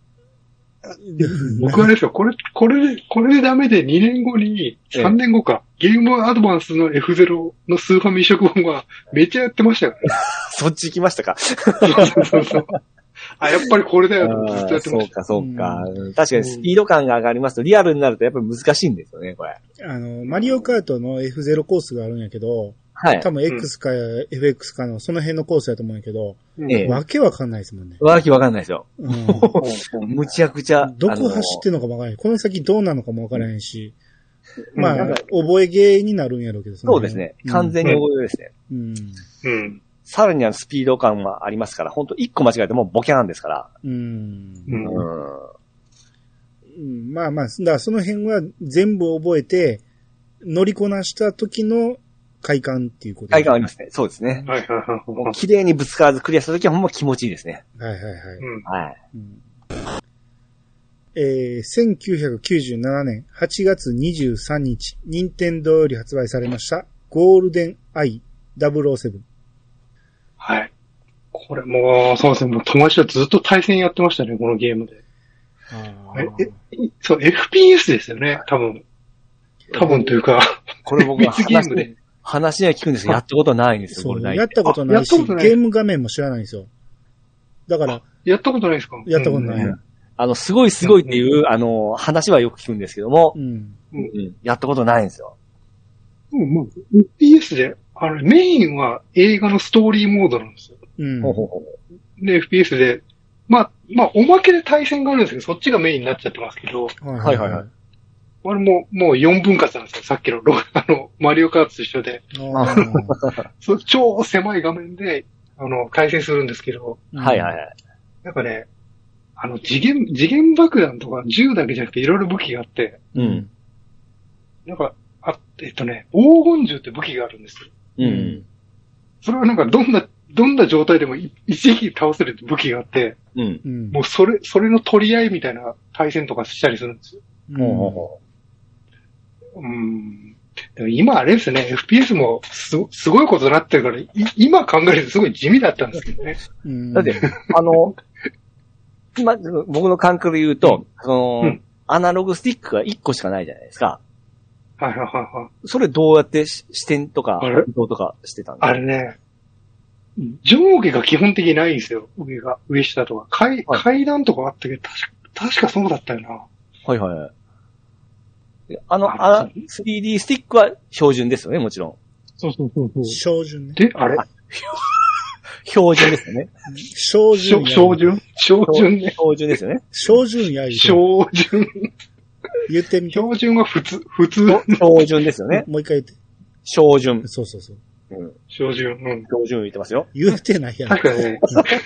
僕はですよ、これ、これで、これでダメでにねんごに、さんねんごか、ええ、ゲームアドバンスの エフゼロ のスーファミ移植版はめっちゃやってましたよね。 そっち行きましたか。 そうそうそう。あ、やっぱりこれだよとずっとやってました。 そうか、そうか、うん。確かにスピード感が上がりますと、リアルになるとやっぱり難しいんですよね、これ。 あの、マリオカートの エフゼロ コースがあるんやけど、はい。多分 X か エフエックス かのその辺のコースやと思うんやけど、ええ、わけわかんないですもんね。 わけわかんないですよ。うん、むちゃくちゃ。 どこ走ってんのかもわからない。この先どうなのかもわからないし、うん、まあ、覚えゲーになるんやろうけど、 そうですね。完全に覚えですね。うん。うん。さらにはスピード感はありますから、ほんと一個間違えてもボキャなんですから。うん。うん。 うん、まあまあ、だからその辺は全部覚えて、乗りこなした時の快感っていうこと、ね、 快感ありますね。そうですね。はいはいはい。綺麗にぶつからずクリアした時はほんま気持ちいいですね。 はいはいはい。うん、はい。うん、えー、せんきゅうひゃくきゅうじゅうななねんはちがつにじゅうさんにち、任天堂より発売されました、ゴールデンアイダブルオーセブン。 はい。これもう、そうですね。もう友達とずっと対戦やってましたね、このゲームで。あええそう、エフピーエス ですよね、多分。多分というか、 これ僕は話ゲームで。話には聞くんですけど、やったことないんですよ、 そう、やったことないし、ゲーム画面も知らないんですよ。だから。 やったことないですか？ やったことない。うん、 あの、すごいすごいっていう、うん、あの、話はよく聞くんですけども、うんうん、やったことないんですよ。 うん、まあ、エフピーエス で、あの、メインは映画のストーリーモードなんですよ。うん。で、エフピーエス で、まあ、まあ、おまけで対戦があるんですけど、そっちがメインになっちゃってますけど。はいはいはい。あれも、もうよんぶん割なんですよ。さっきの、あの、マリオカートと一緒で。そ超狭い画面で、あの、対戦するんですけど。はいはいはい。なんかね、あの、次元、次元爆弾とか銃だけじゃなくていろいろ武器があって。うん。なんか、あ、えっとね、黄金銃って武器があるんですよ。うん。それはなんかどんな、どんな状態でも一撃倒せるって武器があって、うん。もうそれ、それの取り合いみたいな対戦とかしたりするんですよ。うん。うん、でも今あれですね、エフピーエス もす、すごいことになってるから、今考えるとすごい地味だったんですけどね。 うん、だって、あの、今、僕の感覚で言うと、うん、その、うん、アナログスティックがいっこしかないじゃないですか。 はいはいはいはい。 それどうやって視点とか、移動とかしてたんですか？ あれね、上下が基本的にないんですよ、上が、上下とか。階、はい、階段とかあったけど、確か、確かそうだったよな。 はいはい。あの、あ、スリーディー スティックは標準ですよね、もちろん。 そうそうそうそう。 標準ね。 で、あれ標準ですよね。 標準。 標準標準ね。 標準ですよね。 標準やり。 標準。 言ってみて。 標準は普通、普通。 標準ですよね。 もう一回言って。 標準。 そうそうそう。 うん。標準。うん。 標準言ってますよ。 言ってないやん。 確かにね。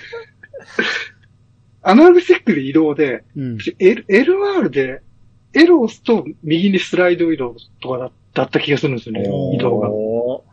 アナログスティックで移動で、うん、L、エルアール で、L を押すと右にスライド移動とかだ、だった気がするんですよね、移動が。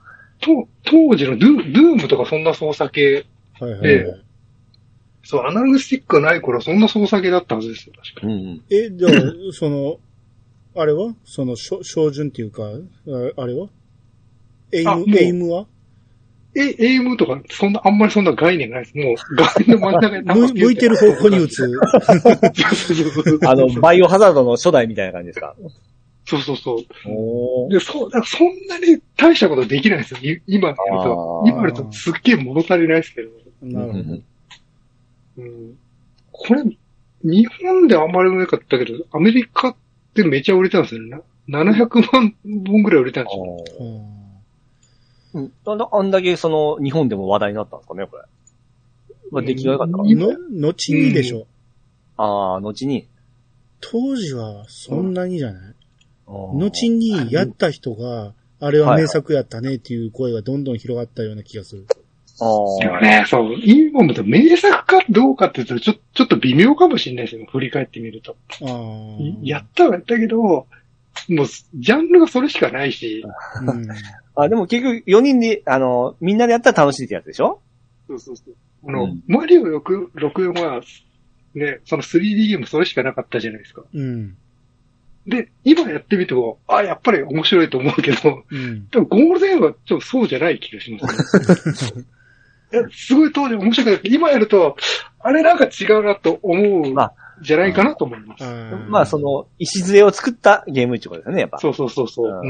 と、当時のドゥドゥームとかそんな操作系で、はいはいはい、そう、アナログスティックがない頃はそんな操作系だったはずですよ、確かに。うん、 え、じゃあ、その、あれはその、照準っていうか、あれはエイム、エイムはえ、エイムとか、そんな、あんまりそんな概念ないです。もう、画面の真ん中に。向いてる方向に打つ。 あの、バイオハザードの初代みたいな感じですか？ そうそうそう。おで、そう、だからそんなに大したことできないですよ。今やると。今やるとすっげえ物足りないですけど。なるほど。うん。これ、日本ではあんまり売れなかったけど、アメリカってめちゃ売れたんですよね。ななひゃくまんぼんぐらい売れたんですよ。 うん。あんだ、あんだけその、日本でも話題になったんですかね、これ。まあ、出来が良かったから。 の、後にでしょ。うん、 ああ、後に。 当時はそんなにじゃない、うん、後にやった人が、あれは名作やったねっていう声がどんどん広がったような気がする。 ああ。でもね、そう、今も名作かどうかって言ったらちょ、ちょっと微妙かもしれないですよ。振り返ってみると。あやったはやったけど、もう、ジャンルがそれしかないし。 うんあ、でも結局よにんで、あの、みんなでやったら楽しいってやつでしょ？ そうそうそう。あの、うん、マリオろくじゅうよんは、ね、その スリーディー ゲームそれしかなかったじゃないですか。うん。で、今やってみても、あ、やっぱり面白いと思うけど、うん、でもゴールデンはちょっとそうじゃない気がしますね。すごい当時面白かったけど、今やると、あれなんか違うなと思う。まあじゃないかなと思います。 まあ、その、礎を作ったゲームってことですよね、やっぱ。 そうそうそうそう、うん。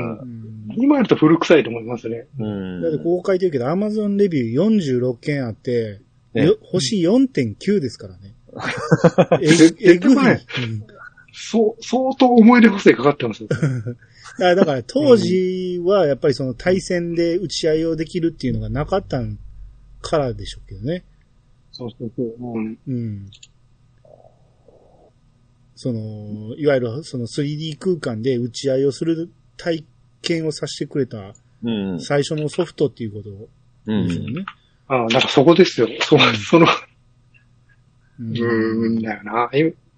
今やると古臭いと思いますね。 うん。だってこう書いてるけど、Amazon レビューよんじゅうろっけんあって、ね、星 よんてんきゅう ですからね。え、えぐい。うん、 そう、相当思い出補正かかってますよ。 だから当時はやっぱりその対戦で打ち合いをできるっていうのがなかったからでしょうけどね。 そうそうそう。うん。うんその、いわゆるその スリーディー 空間で打ち合いをする体験をさせてくれた、最初のソフトっていうことでしょうね。うん、 ああ、なんかそこですよ。そ、うん、その、うーん、だよな。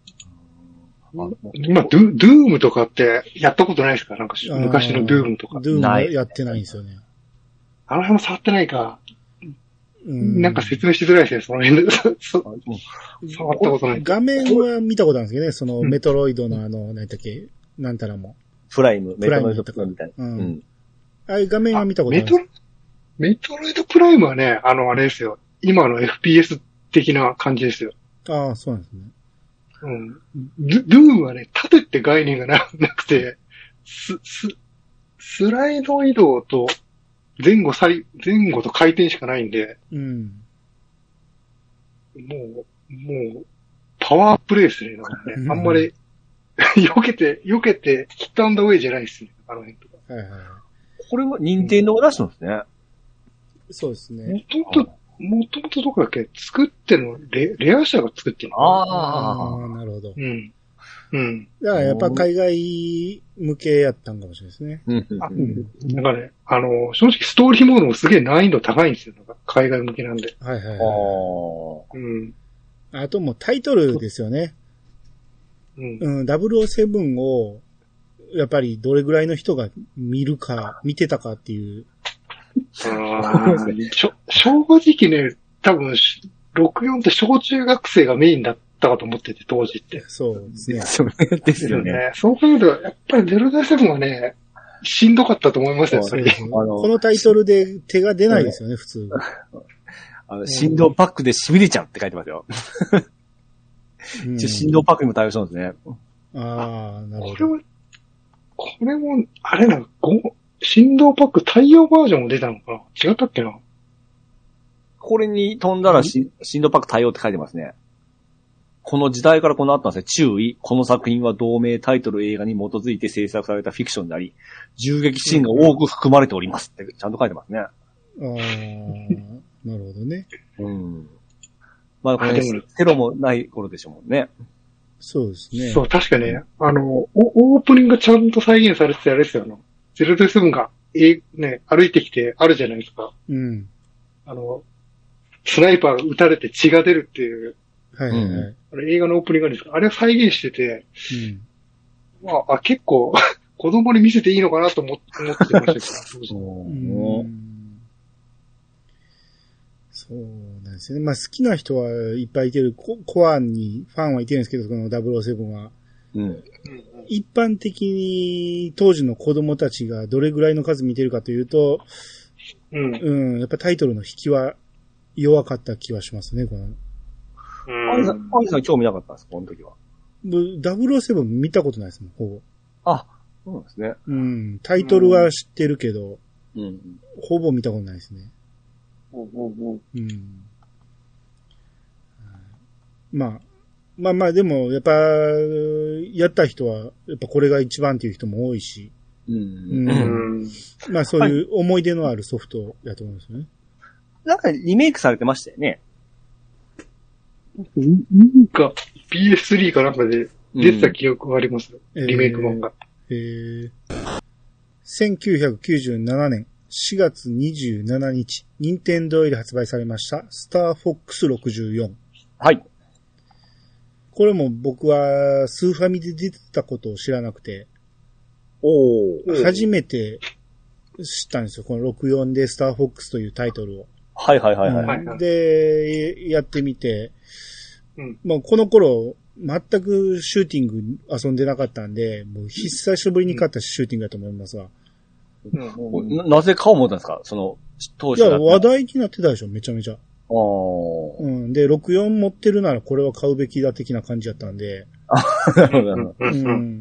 今、ドゥ、ドゥームとかってやったことないですか？なんか昔のドゥームとか。 ドゥームやってないんですよね。 あの辺も触ってないか。なんか説明しづらいですね、その辺で。触ったことない。 画面は見たことあるんですけどね、そのメトロイドのあの、何だっけ、なんたらも。 プライム、メトロイドプライムみたいな。 うん。ああいう画面は見たことある。 メトロ、メトロイドプライムはね、あの、あれですよ。今の エフピーエス 的な感じですよ。 ああ、そうなんですね。 うん。ドゥームはね、縦って概念がなくて、す、す、スライド移動と、前後再、前後と回転しかないんで、うん、もう、もう、パワープレイですね。なんかね、あんまり、避けて、避けて、ヒットアンダーウェイじゃないですね。あの辺とか。はいはいはい、 これは任天堂が出したんですね。 そうですね。 もともと、もともとどこだっけ作ってるのレ、レア社が作ってるのああ、なるほど。うん。うん。だからやっぱ海外向けやったんかもしれないですね。うん。 あ、うん。なんかね、あの、正直ストーリーモードもすげえ難易度高いんですよ。なんか海外向けなんで。はいはいはい。あうん。 あともうタイトルですよね。うん。うん、ダブルオーセブンを、やっぱりどれぐらいの人が見るか、見てたかっていう。 あしょ正直ね、多分、ろくじゅうよんって小中学生がメインだったかと思ってて、当時って。 そうですね。 そうですよね。 そう考えると、やっぱりゼロダイセブンはね、しんどかったと思いますよ、それで。 このタイトルで手が出ないですよね、普通。 あの、振動パックで痺れちゃうって書いてますよ。一応振動パックにも対応したんですね。 ああ、なるほど。 これは、これも、あれな、ご、振動パック対応バージョンも出たのかな？違ったっけな？ これに飛んだらし振動パック対応って書いてますね。この時代からこのあったんですね。注意。この作品は同名タイトル映画に基づいて制作されたフィクションであり、銃撃シーンが多く含まれておりますってちゃんと書いてますね。ああ、なるほどね。 うん。まあこれテロもない頃でしょうもんね。 そうですね。 そう、確かね、あの、オープニングがちゃんと再現されててあれですよ、あの、ゼロダイセブンが、え、ね、歩いてきてあるじゃないですか。うん。あの、スナイパーが撃たれて血が出るっていう。はいはいはい。あれ映画のオープニングなんですか？あれを再現してて、うん。まあ、あ結構、子供に見せていいのかなと思って、思ってましたけど。そう。 うん。 そうなんですよね。まあ好きな人はいっぱいいてる、コ, コアにファンはいてるんですけど、このダブルオーセブンは。うん。一般的に当時の子供たちがどれぐらいの数見てるかというと、うん。うん。やっぱタイトルの引きは弱かった気はしますね、この。 アニさん、アニさん興味なかったんですか、この時は。 ダブルオーセブン見たことないですもん、ほぼ。 あ、そうなんですね。 うん。タイトルは知ってるけど、うん。ほぼ見たことないですね。うんうんうん。まあ、まあまあでも、やっぱ、やった人は、やっぱこれが一番っていう人も多いし、うん。うん、まあそういう思い出のあるソフトやと思うんですよね。 なんかリメイクされてましたよね。 なんか ピーエススリー かなんかで出てた記憶があります、うん、リメイク版が。 えー、せんきゅうひゃくきゅうじゅうななねんしがつにじゅうしちにち、任天堂より発売されました、スターフォックスろくじゅうよん。はい。これも僕はスーファミで出てたことを知らなくて、お初めて知ったんですよ。このろくじゅうよんでスターフォックスというタイトルを。はいはいはいはい。うん、で、やってみて、うん、もうこの頃、全くシューティング遊んでなかったんで、もう久しぶりに買ったシューティングだと思いますが。 うん、な, なぜ買おう思ったんですかその、当時。 いや、話題になってたでしょ、めちゃめちゃ。あうん。で、ろくじゅうよん持ってるならこれは買うべきだ的な感じだったんで。なるほど、なるほど。うん。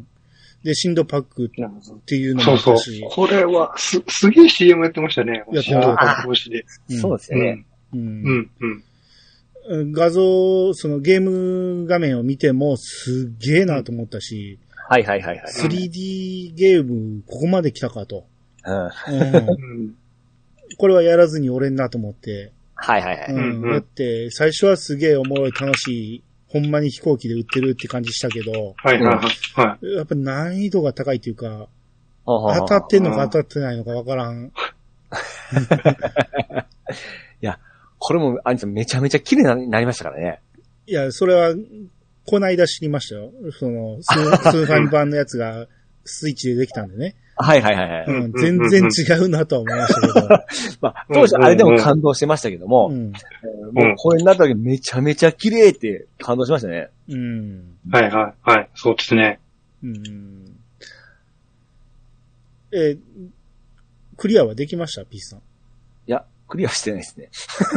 で、シンドパックっていうのもあったし。 そうそう。これは、す、すげえ シーエム やってましたね。やってた。 推しで。そうですよね。うん。うん。 うん。画像、そのゲーム画面を見てもすげえなと思ったし。 はいはいはいはい。 スリーディー ゲーム、ここまで来たかと。うん。うん、これはやらずにおれんなと思って。 はいはいはい。 うん。だって、最初はすげえおもろい楽しい。ほんまに飛行機で売ってるって感じしたけど、はいはいはい。やっぱ難易度が高いっていうか、当たってんのか当たってないのかわからん。いや、これも、アニさんめちゃめちゃ綺麗になりましたからね。 いや、それは、こないだ知りましたよ。その、スー、スーファミ版のやつが、スイッチでできたんでね。 はいはいはいはい、 うん。全然違うなとは思いましたけど。 まあ、当時あれでも感動してましたけども、うん、もうこれになった時めちゃめちゃ綺麗って感動しましたね。 うん。はいはいはい。そうですね。うん。 えー、クリアはできました ?P さん。いや、クリアしてないですね。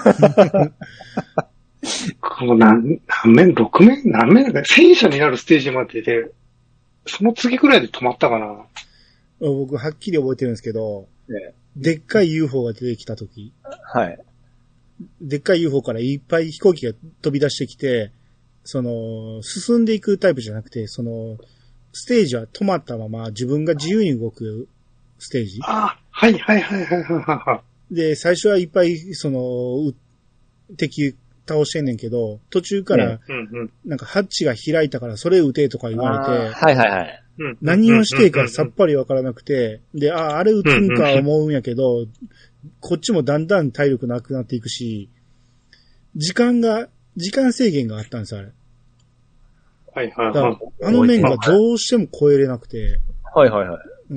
この何、何面、ろく面、何面だか戦車になるステージまでで、その次くらいで止まったかな。 僕はっきり覚えてるんですけど、ね、でっかい ユーフォー が出てきたとき。はい。でっかい ユーフォー からいっぱい飛行機が飛び出してきて、その、進んでいくタイプじゃなくて、その、ステージは止まったまま自分が自由に動くステージ。 ああ、はいはいはいはいはい。 で、最初はいっぱい、その、敵倒してんねんけど、途中から、なんかハッチが開いたからそれ撃てとか言われて、 はいはいはい。 何をしていいかさっぱりわからなくて、で、ああ、あれ撃つんか思うんやけど、こっちもだんだん体力なくなっていくし、時間が、時間制限があったんですよ、あれ。 はいはいはい。 あの面がどうしても超えれなくて。 はいはいはい。 うん。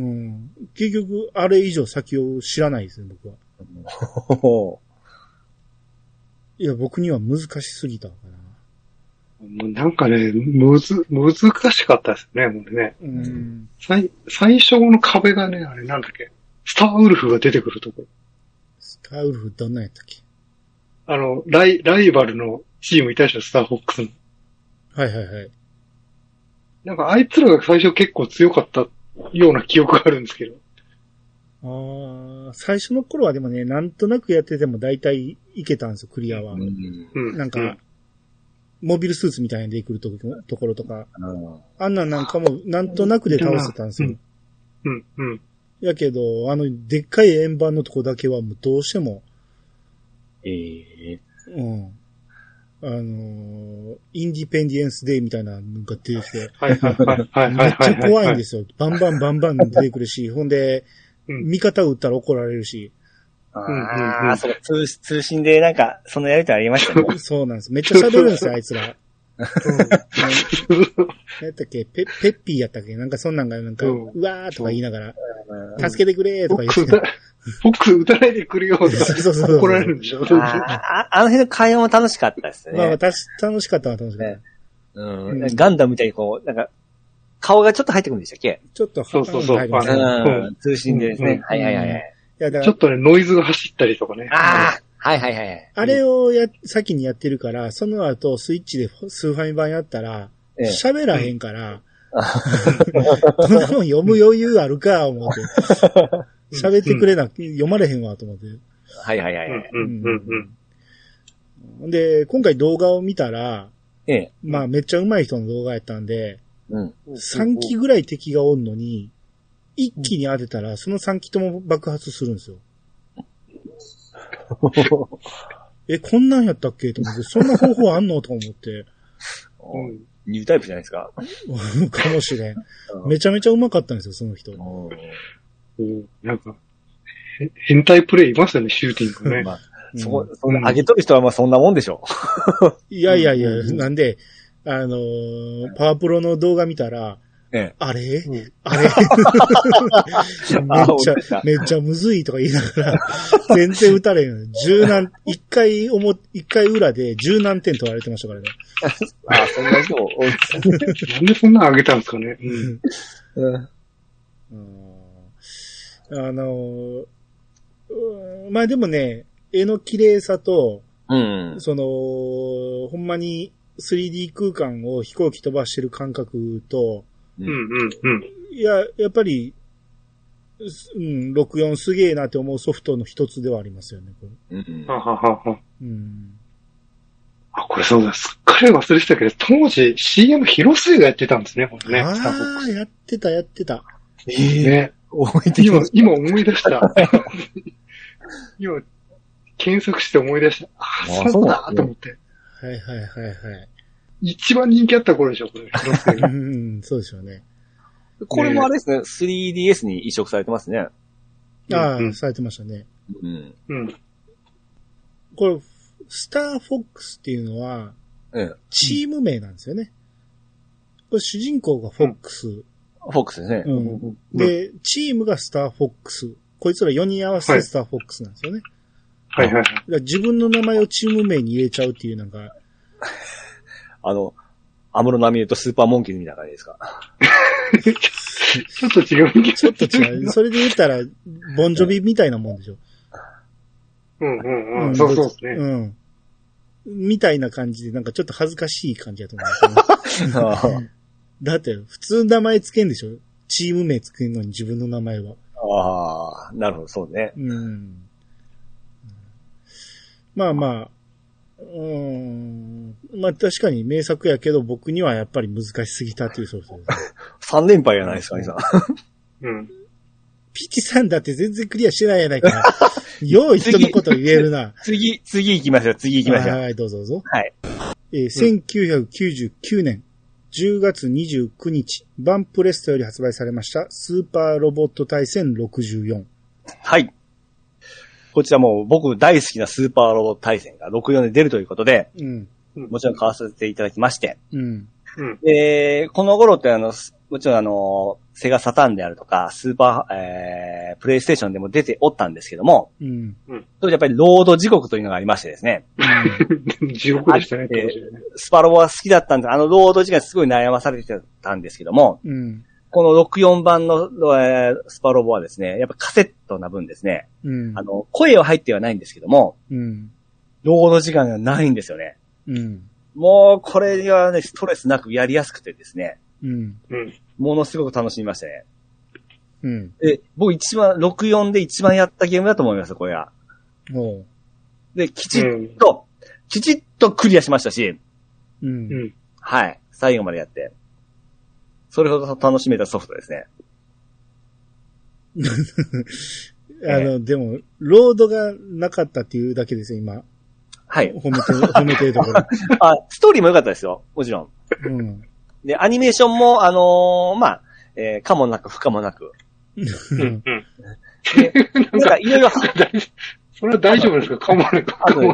結局、あれ以上先を知らないですね、僕は。いや、僕には難しすぎたかな。 なんかね、むず、難しかったですね、もうね。うん、最、最初の壁がね、あれなんだっけ、スターウルフが出てくるところ。 スターウルフどんなんやったっけ？ あの、ライ、ライバルのチームいたでしょ、スターフォックスの。 はいはいはい。 なんかあいつらが最初結構強かったような記憶があるんですけど。 ああ、最初の頃はでもね、なんとなくやってても大体いけたんですよ、クリアは。うん、なんか、うん、モビルスーツみたいに出てくるとところとか、うん、あんなんなんかもなんとなくで倒せたんですよ。うん、うん、うん。やけど、あの、でっかい円盤のとこだけはもうどうしても、ええー、うん。あのー、インディペンディエンスデーみたいなのが出てきて、はいはいはいはい。めっちゃ怖いんですよ。バンバンバンバン出てくるし、ほんで、味方を撃ったら怒られるし。 ああ、うん、そう、通、通信でなんか、そのやりとりありましたね。 そうなんです。めっちゃ喋るんですよ、あいつら。 やったっけペ、ペッピーやったっけなんかそんなんが、なんか、うん、うわーとか言いながら、うん、助けてくれーとか言って。 僕、撃たないでくるよとか、そうそうそう怒られるんでしょ。 あ, あの辺の会話も楽しかったですね。 まあ、楽しかったは楽しかった。ねうん、ガンダムみたいにこう、なんか、顔がちょっと入ってくるんでしたっけちょっとそうそうそう。 入りますね、うん。通信でですね。うん、はいはいはい。 いやだちょっとね、ノイズが走ったりとかね。 ああ、はいはいはい。 あれをや、先にやってるから、その後スイッチでスーファミ版やったら、喋、ええ、らへんから、こんなもん読む余裕あるか、思って。喋ってくれな、うん、読まれへんわ、と思って。 はいはいはい。うんうんうん、で、今回動画を見たら、 ええ、 まあめっちゃ上手い人の動画やったんで、 うん、 さん機ぐらい敵がおんのに、いっ機に当てたら、そのさん機とも爆発するんですよ。え、こんなんやったっけと思って、そんな方法あんのと思って。 うん、ニュータイプじゃないですかかもしれん。めちゃめちゃ上手かったんですよ、その人。 うん、なんか、変態プレイいますよね、シューティングね。まあ、 そこ、そんな上げとる人はまあそんなもんでしょう。いやいやいや、なんで、あのー、パワープロの動画見たら、ええ、あれ、うん、あれめっちゃ、めっちゃむずいとか言いながら、全然打たれん。十何、一回おも、一回裏で十何点取られてましたからね。 ああ、そんな人多いですね。なんでそんな上げたんですかね。うん。 うんあのー、まあでもね、絵の綺麗さと、 うん、 その、ほんまに スリーディー 空間を飛行機飛ばしてる感覚と、 うんうんうん。 いや、やっぱり、うん、ろくじゅうよんすげえなって思うソフトの一つではありますよね、これ。うん。はははは。 うん。 あ、これそうだ、すっかり忘れてたけど、当時 シーエム 広末がやってたんですね、これね。 ああ、やってた、やってた。 ええー。ね。今、今思い出した。今、検索して思い出した。ああ、そうだと思って。 はいはいはいはい。 一番人気あった頃でしょ、これ。 うん、そうでしょうね。 これもあれですね、スリーディーエス に移植されてますね。 ああ、うん、されてましたね。 うん。 うん。 これ、スターフォックスっていうのは、 うん、 チーム名なんですよね。これ主人公がフォックス。うんフォックスですね。 うん。で、チームがスターフォックス。こいつらよにん合わせてスターフォックスなんですよね。 はいはいはい。だから自分の名前をチーム名に入れちゃうっていうなんか。 あの、安室奈美恵とスーパーモンキーみたいな感じですか。 ちょっと違う。 ちょっと違う。それで言ったら、ボンジョビみたいなもんでしょ。 うんうんうん。うん、そうそうですね。 うん。みたいな感じで、なんかちょっと恥ずかしい感じだと思う、ね。だって、普通名前つけんでしょチーム名つけんのに自分の名前は。 ああ、なるほど、そうね。 うん。まあまあ、うーん。まあ確かに名作やけど、僕にはやっぱり難しすぎたというソフトです。 三連敗やないですか、兄さん。 うん。 ピチさんだって全然クリアしてないやないか。よう人のこと言えるな。 次、次行きましょう、次行きましょう。 はい、どうぞどうぞ。 はい。 えー、せんきゅうひゃくきゅうじゅうきゅうねん。じゅうがつにじゅうくにち、バンプレストより発売されました、スーパーロボット対戦ろくじゅうよん。 はい。こちらも僕大好きなスーパーロボット対戦がろくじゅうよんで出るということで、 うん、 もちろん買わせていただきまして、 うん、 で、この頃ってあの、もちろんあの、セガサターンであるとか、スーパー、えー、プレイステーションでも出ておったんですけども、 うん、 当時やっぱりロード地獄というのがありましてですね。 うん、地獄でしたね、当時ね。 スパロボは好きだったんです。あのロード時間すごい悩まされてたんですけども、 うん、 このろくじゅうよんばんの、えー、スパロボはですね、やっぱカセットな分ですね、 うん、 あの、声は入ってはないんですけども、 うん、 ロード時間がないんですよね。 うん、 もう、これはね、ストレスなくやりやすくてですね、 うん、 ものすごく楽しみましたね。 うん。 で、僕一番、ろくじゅうよんで一番やったゲームだと思います、これは。 おう。 で、きちっと、うん、きちっとクリアしましたし、 うん。 はい。最後までやって。それほど楽しめたソフトですね。 あの、でも、ロードがなかったっていうだけですよ、今。 はい。 褒めてる、褒めてるところ。 あ、ストーリーも良かったですよ。もちろん。 うん。 で、アニメーションも、あのー、まあ、えー、かもなく不可もなく。 うん。うん。 で、なんかいろいろ。 それは大丈夫ですかかもなく不可も。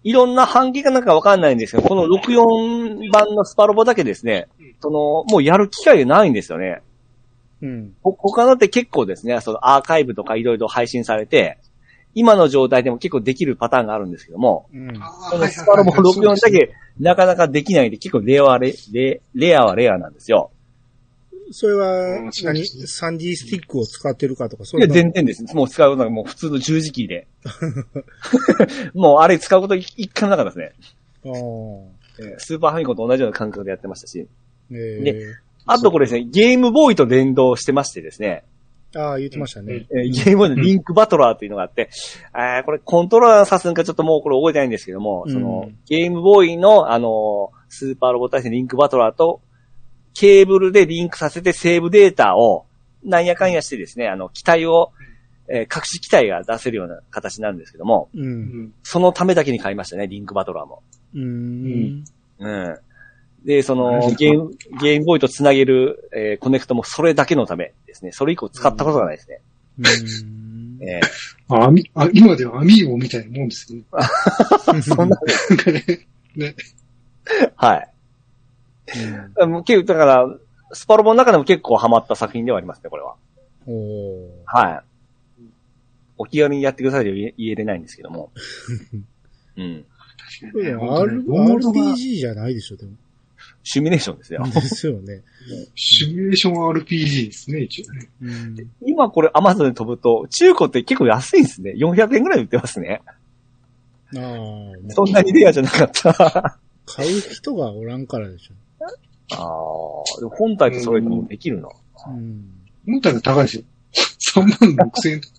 いろんな半径がなんかわかんないんですけど、このろくじゅうよんばんのスパロボだけですね、その、もうやる機会がないんですよね。うん。他のって結構ですね、そのアーカイブとかいろいろ配信されて、今の状態でも結構できるパターンがあるんですけども、うん、このスパロボろくじゅうよんだけなかなかできないんで、結構レアはレ、レ、レアはレアなんですよ。 それは何、サンディスティックを使ってるかとかそういうの？いや、全然です。もう使うのがもう普通の十字キーで。もうあれ使うこと一回もなかったですね。あスーパーファミコンと同じような感覚でやってましたし。えー、で、あとこれですね、ゲームボーイと連動してましてですね。 ああ、言ってましたね。 えー、ゲームボーイのリンクバトラーというのがあって、うん、あこれコントローラーさすんかちょっともうこれ覚えてないんですけども、うん、その、ゲームボーイのあの、スーパーロボ対戦リンクバトラーと、ケーブルでリンクさせてセーブデータをなんやかんやしてですね、あの、機体を、えー、隠し機体が出せるような形なんですけども、うん、そのためだけに買いましたね、リンクバトラーも。うん。うん。で、その、ゲーム、ゲームボーイとつなげる、えー、コネクトもそれだけのためですね。それ以降使ったことがないですね。うん。えー、あ、網、あ、今ではアミーゴみたいなもんですよね。 そんなね。ね。はい。うん、結構、だから、スパロボの中でも結構ハマった作品ではありますね、これは。おはい。お気軽にやってくださいと言えれないんですけども。うん。 確かにね。アールピージー じゃないでしょ、でも。 シミュレーションですよ。 ですよね。 シミュレーション アールピージー ですね、一応ね。 うん、今これ Amazon で飛ぶと、中古って結構安いんですね。よんひゃくえんぐらい売ってますね。ああ。そんなにレアじゃなかった。 買う人がおらんからでしょ。 ああ、でも本体とそれもできるな。うん。 本体が高いですよ。さんまんろくせんえんとか。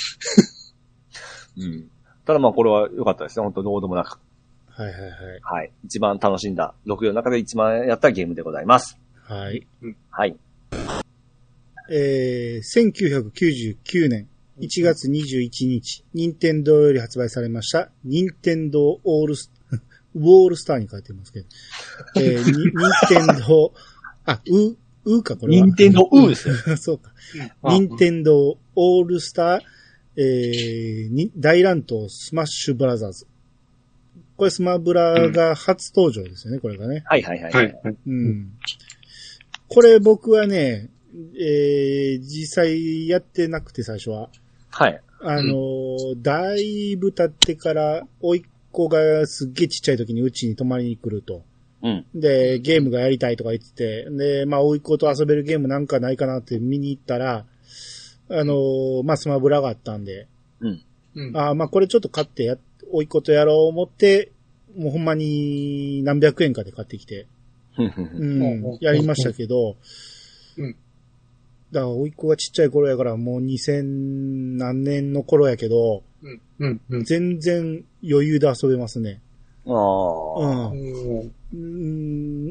うん。ただまあこれは良かったですね。本当どうでもなく。 はいはいはい。 はい。一番楽しんだ、ろくじゅうよんの中で一番やったゲームでございます。 はい。 うん、はい。 えー、せんきゅうひゃくきゅうじゅうきゅうねんいちがつにじゅういちにち、任天堂より発売されました、任天堂オールス、ウォールスターに書いてますけど。えー、に、任天堂、あ、う、うか、これは。 任天堂うですよ。 そうか。任天堂オールスター、えー、に、大乱闘スマッシュブラザーズ。これスマブラが初登場ですよね、これがね。 はいはいはい。はい、 うん。これ僕はね、えー、実際やってなくて最初は。 はい。 あのー、うん、だいぶ経ってから、おいっ子がすっげえちっちゃい時にうちに泊まりに来ると。うん。で、ゲームがやりたいとか言ってて、で、まあ、おいっ子と遊べるゲームなんかないかなって見に行ったら、あのー、まあ、スマブラがあったんで、うん。うん、あまあ、これちょっと買ってや、おいっ子とやろう思って、もうほんまに何百円かで買ってきて、うん、やりましたけど、うん。だから、おいっ子がちっちゃい頃やから、もうにせん何年の頃やけど、うんうんうん、全然余裕で遊べますね。ああ、うん。うん。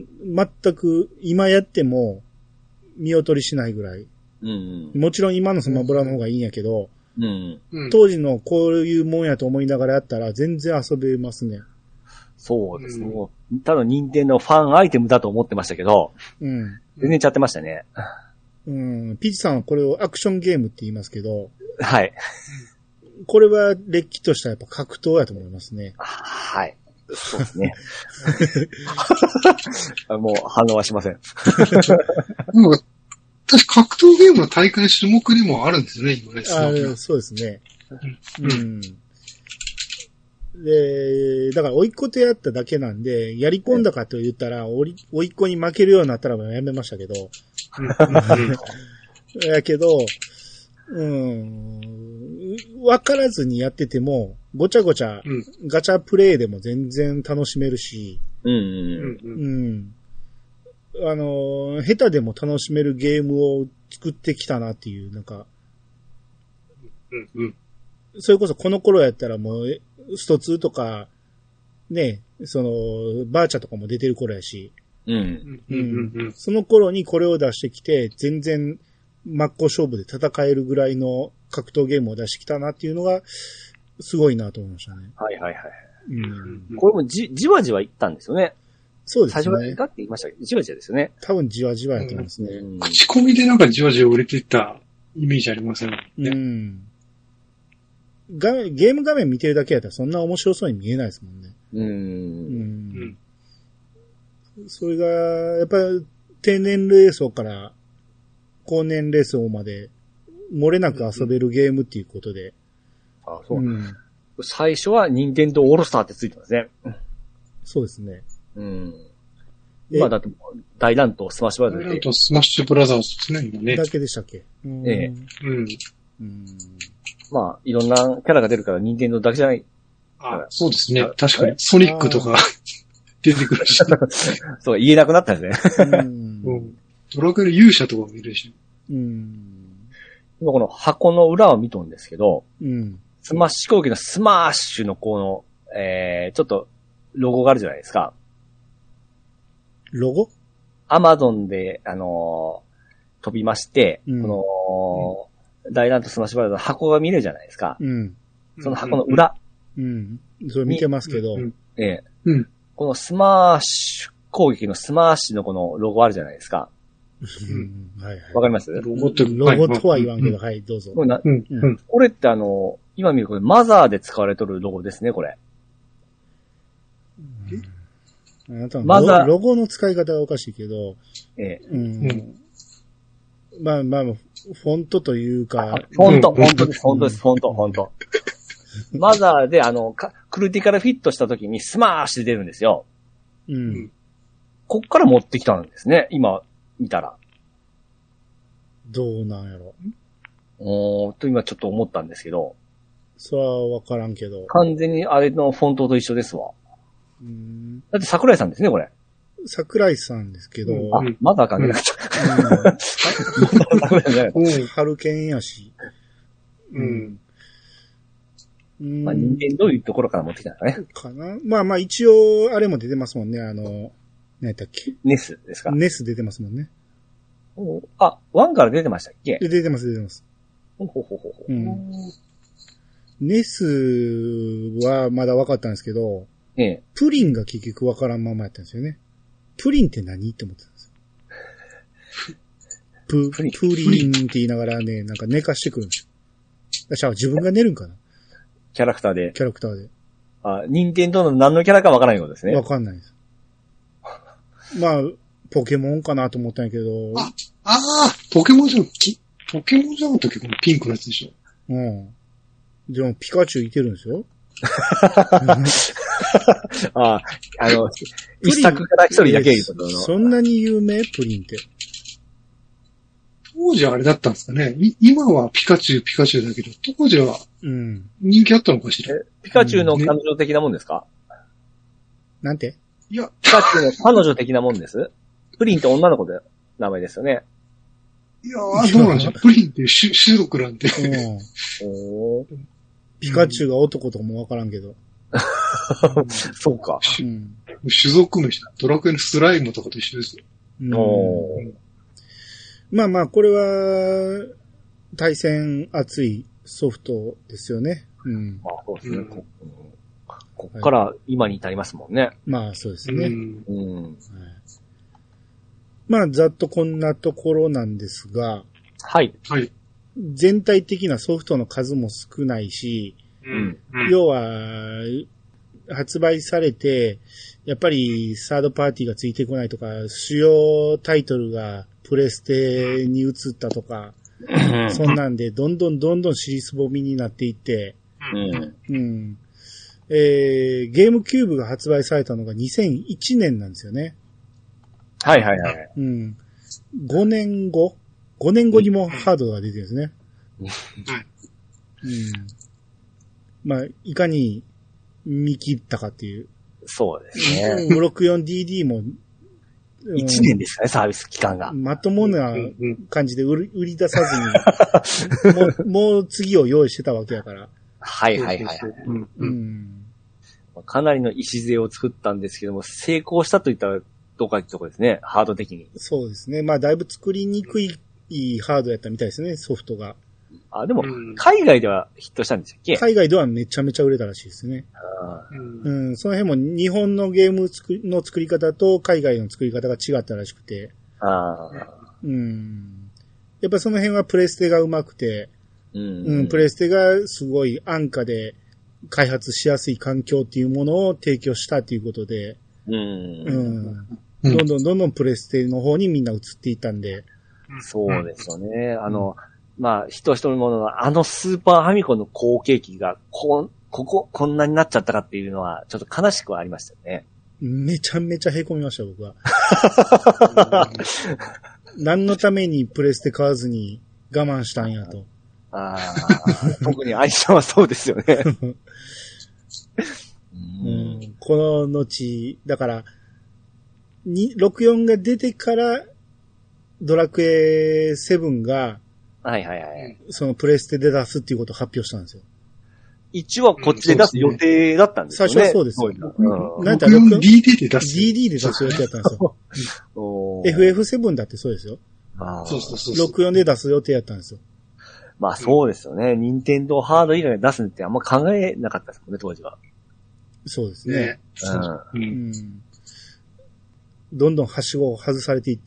全く今やっても見劣りしないぐらい。うんうん、もちろん今のスマブラの方がいいんやけど、うんうん、当時のこういうもんやと思いながらやったら全然遊べますね。 そうですね。うん、ただ任天堂ファンアイテムだと思ってましたけど、うん、全然ちゃってましたね。 うん。ピーチさんはこれをアクションゲームって言いますけど、 はい。 これはれっきとしたやっぱ格闘やと思いますね。 はい。そうですね。もう反応はしません。 もう私格闘ゲームの大会種目でもあるんですね、今ね。 あそうですね。うん。うん、で、だから追いっ子とやっただけなんで、やり込んだかと言ったら、追いっ子に負けるようになったらやめましたけど。やけど、うん。わからずにやってても、ごちゃごちゃ、うん、ガチャプレイでも全然楽しめるし、うんうんうんうん、あの、下手でも楽しめるゲームを作ってきたなっていう、なんか、うんうん、それこそこの頃やったらもう、ストツーとか、ね、その、バーチャとかも出てる頃やし、うんうんうん、その頃にこれを出してきて、全然、真っ向勝負で戦えるぐらいの格闘ゲームを出してきたなっていうのが、すごいなと思いましたね。 はいはいはい。うん、これもじ、じわじわいったんですよね。 そうですね。 最初はいったって言いましたけど、じわじわですよね。 多分じわじわやと思いますね。 うん、口コミでなんかじわじわ売れていったイメージありますよね。うん。 画面、ゲーム画面見てるだけやったらそんな面白そうに見えないですもんね。 うん。 うん。それが、やっぱり低年齢層から高年齢層まで漏れなく遊べるゲームっていうことで。 うん、あ、そう、うん。最初は任天堂オールスターってついてますね。 そうですね。 うん。今だと大乱闘スマッシュブラザーズ。 大乱闘スマッシュブラザーズですね、今ね。 だけでしたっけ？ ええ。 うん。 うん。まあ、いろんなキャラが出るから任天堂だけじゃない。 あ、そうですね。確かに。ソニックとか出てくるし。 そう、言えなくなったんですね。うん。 ドラクエの勇者とかもいるし。 うん。 今この箱の裏を見とんですけど、 うん。 スマッシュ攻撃のスマッシュのこの、えー、ちょっとロゴがあるじゃないですか。 ロゴ？ アマゾンで、あのー、飛びまして、うん、この、大乱闘スマッシュブラザーズの箱が見れるじゃないですか。 うん。 その箱の裏。 うん。うん、それ見てますけど。 ええ。うん。このスマッシュ攻撃のスマッシュのこのロゴあるじゃないですか。 うん。はいはい。 わかります？ ロゴって、 ロゴとは言わんけど、はい、どうぞ。 これな、うんうん、これってあの、今見るこれマザーで使われとるロゴですね、これ。 あなたのロ, ロゴの使い方がおかしいけど、 ええ。 うん。まあまあ、フォントというか。 フォント、フォントです、フォントです、フォント、フォント。マザーで、あの、クルティカルフィットした時にスマーシュで出るんですよ。 うん。 こっから持ってきたんですね、今、見たら。 どうなんやろ。 おーと今ちょっと思ったんですけど。 それはわからんけど。 完全にあれのフォントと一緒ですわ。 うん、 だって桜井さんですね、これ。 桜井さんですけど。 あ、まだ関係なかった。 うん。春剣やし。 うん。 うん。まあ、人間どういうところから持ってきたんですかね。 かな。まあまあ、一応、あれも出てますもんね、あの、何やったっけ。 ネスですか？ ネス出てますもんね。 あ、ワンから出てましたっけ？ 出てます、出てます。 ほほほほほ。 うん。ネスはまだ分かったんですけど、 ええ、 プリンが結局分からんままやったんですよね。プリンって何って思ってたんですよ。プ、プリン、プリンって言いながらね、なんか寝かしてくるんですよ。じゃあ自分が寝るんかな？ キャラクターで。 キャラクターで。 あ、任天堂の何のキャラか分からないことですね。 分かんないです。まあ、ポケモンかなと思ったんやけど。 あ、ああ、ポケモンじゃん、ポケモンじゃんときこのピンクのやつでしょ。うん。でも、ピカチュウいてるんですよ。 ああ、あの、一作から一人だけいることの。 そんなに有名？プリンって。 当時はあれだったんですかね。今はピカチュウ、ピカチュウだけど、当時は人気あったのかしら。 うん、ピカチュウの彼女的なもんですか？ ね、なんて？ いや、 ピカチュウの彼女的なもんです。プリンって女の子で名前ですよね。 いやー、どうなんでしょう。プリンって種族なんて。 おピカチュウが男とかもわからんけど。 そうか。 うん、 種族名、ドラクエのスライムとかと一緒ですよ。 おー、 まあまあ、これは、対戦熱いソフトですよね。うん。 まあそうですね。うん、こ, こっから今に至りますもんね。はい、 まあそうですね。うん。 うん、はい、 まあざっとこんなところなんですが。 はい。 はい。 全体的なソフトの数も少ないし、 うんうん、要は、発売されて、やっぱりサードパーティーがついてこないとか、主要タイトルがプレステに移ったとか、そんなんで、どんどんどんどん尻すぼみになっていって、 うんうんえー、ゲームキューブが発売されたのがにせんいちねんなんですよね。 はいはいはい。 うん、ごねんご ?ご 年後にもハードが出てるんですね。うん、まあ、いかに見切ったかっていう。 そうですね。 ごろくよんディーディー も、 いちねんですかね、サービス期間が。 まともな感じで売り、売り出さずに、もう、もう次を用意してたわけやから。 はいはいはい、はい。 うんうん、 かなりの礎を作ったんですけども、成功したといったらどうかってとこですね、ハード的に。 そうですね。まあ、だいぶ作りにくいハードやったみたいですね、ソフトが。 あ、でも、海外ではヒットしたんでしたっけ？ 海外ではめちゃめちゃ売れたらしいですね。 あ、 うん、その辺も日本のゲームの作り方と海外の作り方が違ったらしくて。 あ、 うん。やっぱその辺はプレステが上手くて、 うん、うん。プレステがすごい安価で開発しやすい環境っていうものを提供したということで、うん。うん。どんどんどんどんプレステの方にみんな移っていったんで。 そうですよね。あの、うん、まあ、人一人もののあのスーパーファミコンの後継機が、こ、ここ、こんなになっちゃったかっていうのは、ちょっと悲しくはありましたよね。 めちゃめちゃ凹みました、僕は。何のためにプレステ買わずに我慢したんやと。 ああ、特に相性はそうですよね。 うん、この後、だから、にろくじゅうよんが出てから、ドラクエセブンが、 はいはいはい。 そのプレステで出すっていうことを発表したんですよ。 一応はこっちで出す予定だったんですよね。 最初はそうですよ。 うん、なんか ディーディー で出す。 ディーディー で出す予定だったんですよ。エフエフセブン だってそうですよ。 あそうそうそうろくじゅうよんで出す予定だったんですよ。 まあそうですよね。任天堂ハード以外で出すってあんま考えなかったですもんね、当時は。 そうですね。ねうん、うん。 どんどんはしごを外されていって、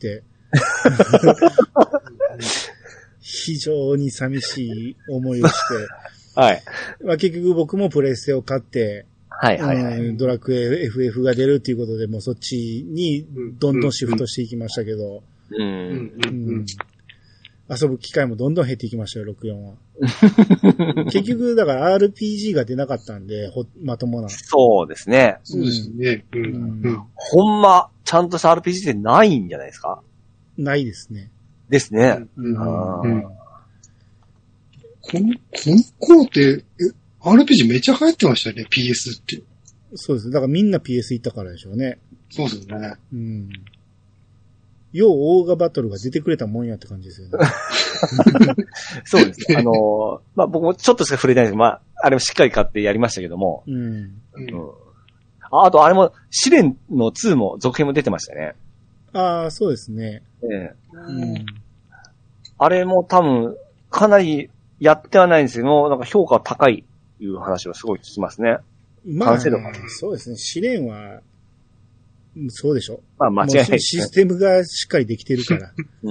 非常に寂しい思いをして、 はい。 まあ結局僕もプレステを買って、 はいはいはい。 うん、ドラクエ エフエフ が出るっていうことで、もうそっちにどんどんシフトしていきましたけど、 うんうんうん、 遊ぶ機会もどんどん減っていきましたよ、ろくじゅうよんは。結局、だから アールピージー が出なかったんで、ほまともな。 そうですね。 そうですね。うんうん、ほんま、ちゃんとした アールピージー ってないんじゃないですか？ ないですね。 ですね。 うんうんうん、この、この頃って、アールピージー めっちゃ流行ってましたよね、ピーエス って。 そうです。だからみんな ピーエス 行ったからでしょうね。 そうですね。 うん。ようオーガバトルが出てくれたもんやって感じですよね。 そうです。あのー、まあ、僕もちょっとしか触れないんですけど、まあ、あれもしっかり買ってやりましたけども。うん。うん、あ, あと、あれも、試練のにも続編も出てましたね。 ああ、そうですね。 ええ。うん。あれも多分、かなりやってはないんですけども、なんか評価高いいう話をすごい聞きますね。 まあ、そうですね。試練は、そうでしょ。 まあ間違いないですね。 システムがしっかりできてるから。うん、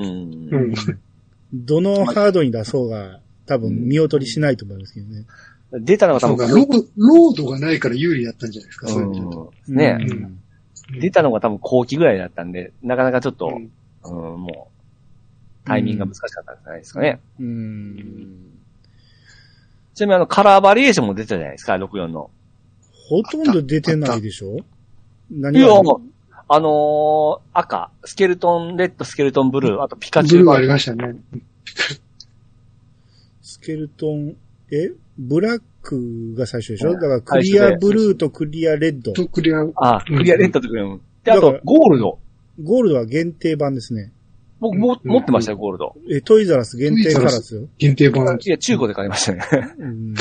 どのハードに出そうが多分見劣りしないと思いますけどね。 出たのが多分ロー、ロードがないから有利だったんじゃないですか、そういうの。ね、うん、出たのが多分後期ぐらいだったんで、なかなかちょっと、うんうん、もう、タイミングが難しかったんじゃないですかね。うん、ちなみにあの、カラーバリエーションも出てたじゃないですか、ろくじゅうよんの。 ほとんど出てないでしょ？ 何があのー、赤、スケルトンレッド、スケルトンブルー、あとピカチュウ。 ブルーありましたね。 スケルトン、えブラックが最初でしょ？だからクリアブルーとクリアレッド。 とクリア。 あ、クリアレッドとクリア。で、あと、ゴールド。 ゴールドは限定版ですね。 僕も、持ってましたよ、ゴールド。 え、トイザラス限定からですよ。 限定版。 いや、中古で買いましたね。うん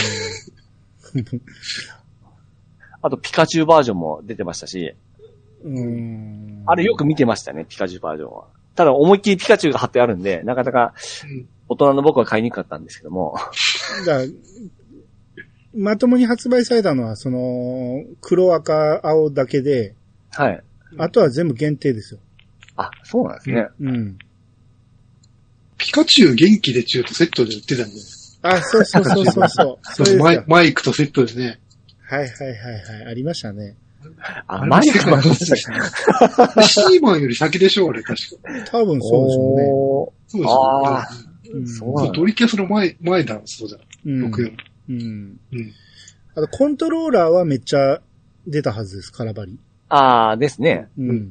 あと、ピカチュウバージョンも出てましたし。うーんあれよく見てましたね、ピカチュウバージョンは。ただ思いっきりピカチュウが貼ってあるんで、なかなか大人の僕は買いにくかったんですけども。 だまともに発売されたのは、その、黒赤青だけで、 はい。 あとは全部限定ですよ。 あ、そうなんですね。 うん。うん、 ピカチュウ元気で中とセットで売ってたんで。 あ、そうそうそうそうそう。そうマイ。マイクとセットですね。 はいはいはいはい。ありましたね。 あ、マイクもありましたね。 シーマンより先でしょ、あれ、確か。多分そうでしょうね。そうでしょうね。ああ、うん、そう。ドリキャスの前、前だ、そうだ。うん。ろくじゅうよん。うん。 うん。あと、コントローラーはめっちゃ出たはずです、カラバリ。 ああ、ですね。 うん。うん、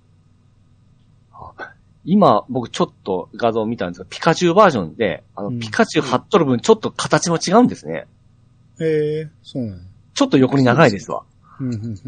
今、僕ちょっと画像を見たんですが、ピカチュウバージョンで、あの、うん、ピカチュウ貼っとる分、ちょっと形も違うんですね。 へえ、そうなんや。 ちょっと横に長いですわ。 うん、うん、うん。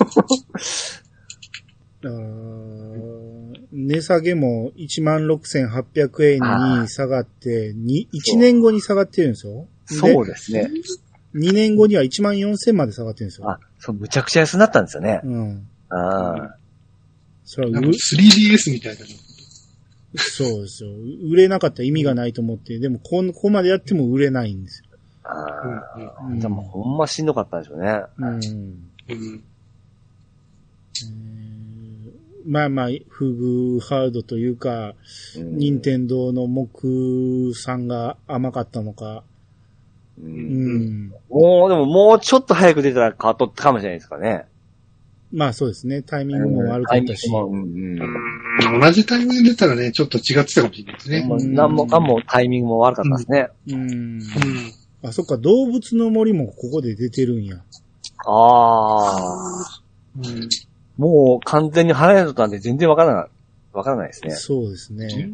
あ値下げも いちまんろくせんはっぴゃくえんに下がって、いちねんごに下がってるんですよ。 そうですね。 にねんごには いちまんよんせんまで下がってるんですよ。 あ、そう、むちゃくちゃ安くなったんですよね。 うん。 ああ。 それは スリーディーエス みたいな。 そうですよ。売れなかったら意味がないと思って、でもここまでやっても売れないんですよ。 ああ、うん、でもほんましんどかったんでしょうね。うん。うん、 まあまあ、不遇ハードというか、任天堂の目算が甘かったのか。 うん。うん、もう、でももうちょっと早く出たら変わっとったかもしれないですかね。 まあそうですね。タイミングも悪かったし。 うん、うん、同じタイミングで出たらね、ちょっと違ってたかもしれないですね。 何もかもタイミングも悪かったですね。 うん。うん、あ、そっか、動物の森もここで出てるんや。 ああ。うん、もう完全に離れとったんで全然わからない、わからないですね。 そうですね。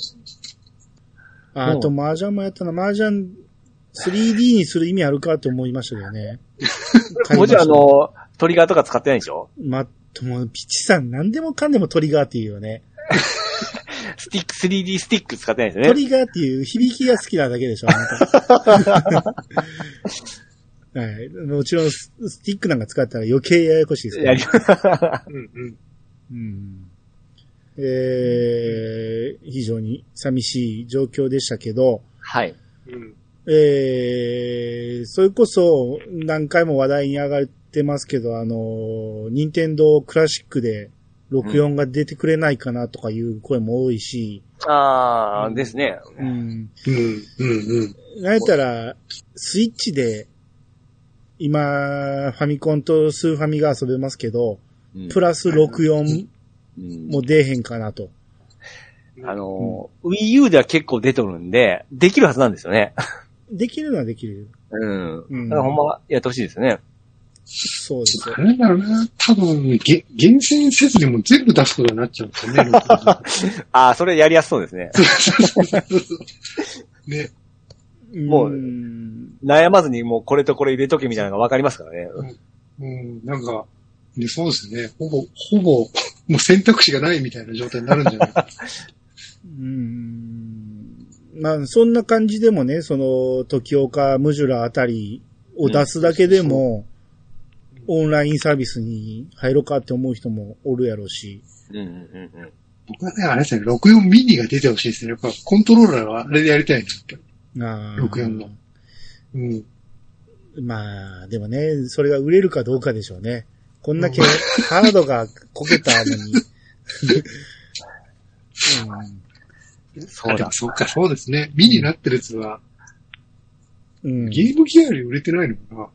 あ, あと、麻雀もやったな。麻雀 スリーディー にする意味あるかと思いましたけどね。 もちろんあの、トリガーとか使ってないでしょ？ ま、もう、ピチさん何でもかんでもトリガーって言うよね。 スティック、スリーディー スティック使ってないですよね。 トリガーっていう響きが好きなだけでしょ、あなた。はい。もちろんス、スティックなんか使ったら余計ややこしいですから、ね。うんうんうん、えー、非常に寂しい状況でしたけど、 はい。 うんえー、それこそ何回も話題に上がってますけど、あの、任天堂クラシックでろくじゅうよんが出てくれないかなとかいう声も多いし。 うん、ああ、ですね。 うん。うん。うん。なんやったら、スイッチで、今、ファミコンとスーファミが遊べますけど、うん、プラスろくじゅうよんも出えへんかなと。 あの、うん、Wii U では結構出とるんで、できるはずなんですよね。 できるのはできる。 うん。うん。だからほんまやってほしいですね。 そうですよ。 あれだろうな。多分、げ、厳選せずにも全部出すことになっちゃうんですよね。 ああ、それやりやすそうですね。 ね。 もう、悩まずにもうこれとこれ入れとけみたいなのがわかりますからね。 うん。うん、なんか、ね、そうですね。ほぼ、ほぼ、もう選択肢がないみたいな状態になるんじゃないか。 うーん。まあ、そんな感じでもね、その、時岡、ムジュラあたりを出すだけでも、うん、オンラインサービスに入ろうかって思う人もおるやろうし。 うんうんうんうん。 僕はね、あれですね、ろくじゅうよんミニが出てほしいですね。やっぱコントローラーはあれでやりたいんですよ。ああ。ろくじゅうよんの。うん。まあ、でもね、それが売れるかどうかでしょうね。こんだけハードがこけたのに。 うん、そうだ。そうか、そうですね。ミニになってるやつは、うん、ゲームギアより売れてないのか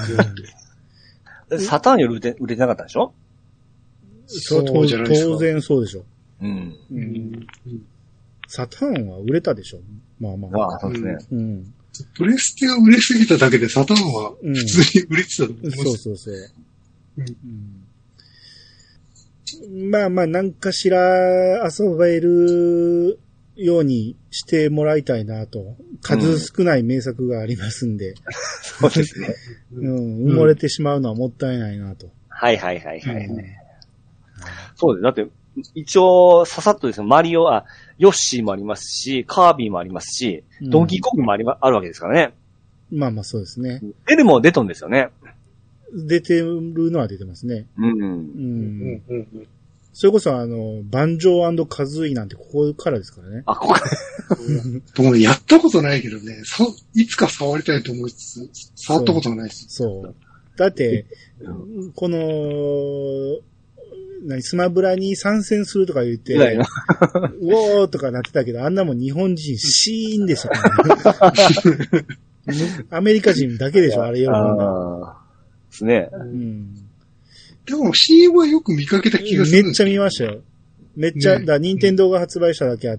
な。サターンより売れて、売れてなかったでしょ？ そうじゃないですか。当然そうでしょ。 うん。 うん、サターンは売れたでしょ。まあまあ。 ああ、そうですね。 うん。 プレステが売れすぎただけでサターンは普通に売れてたと思います。 うん、そうそうそう。うんうん、まあまあ、なんかしら遊べるようにしてもらいたいなと。数少ない名作がありますんで。うん、 そうですね。 うん。埋もれてしまうのはもったいないなと。 はいはいはいはい。うん、そうです。だって、一応、ささっとですね、マリオ、あ、ヨッシーもありますし、カービィもありますし、ドンキーコングもあり、ま、あるわけですからね。 まあまあそうですね。 出るも出とんですよね。 出てるのは出てますね。 うん。うん。 うんうん、それこそあの、バンジョー&カズイなんてここからですからね。 あ、ここから。 僕やったことないけどね、さ、いつか触りたいと思いつつ、触ったことがないです。 そう。そうだって、この、何、スマブラに参戦するとか言って、うおーとかなってたけど、あんなもん日本人シーンでしたからね。アメリカ人だけでしょ、あれよ。 ああ。ですね。 うん。 でも シーエム はよく見かけた気がする。 めっちゃ見ましたよ。めっちゃ、ね、だ、任天堂が発売しただけあって、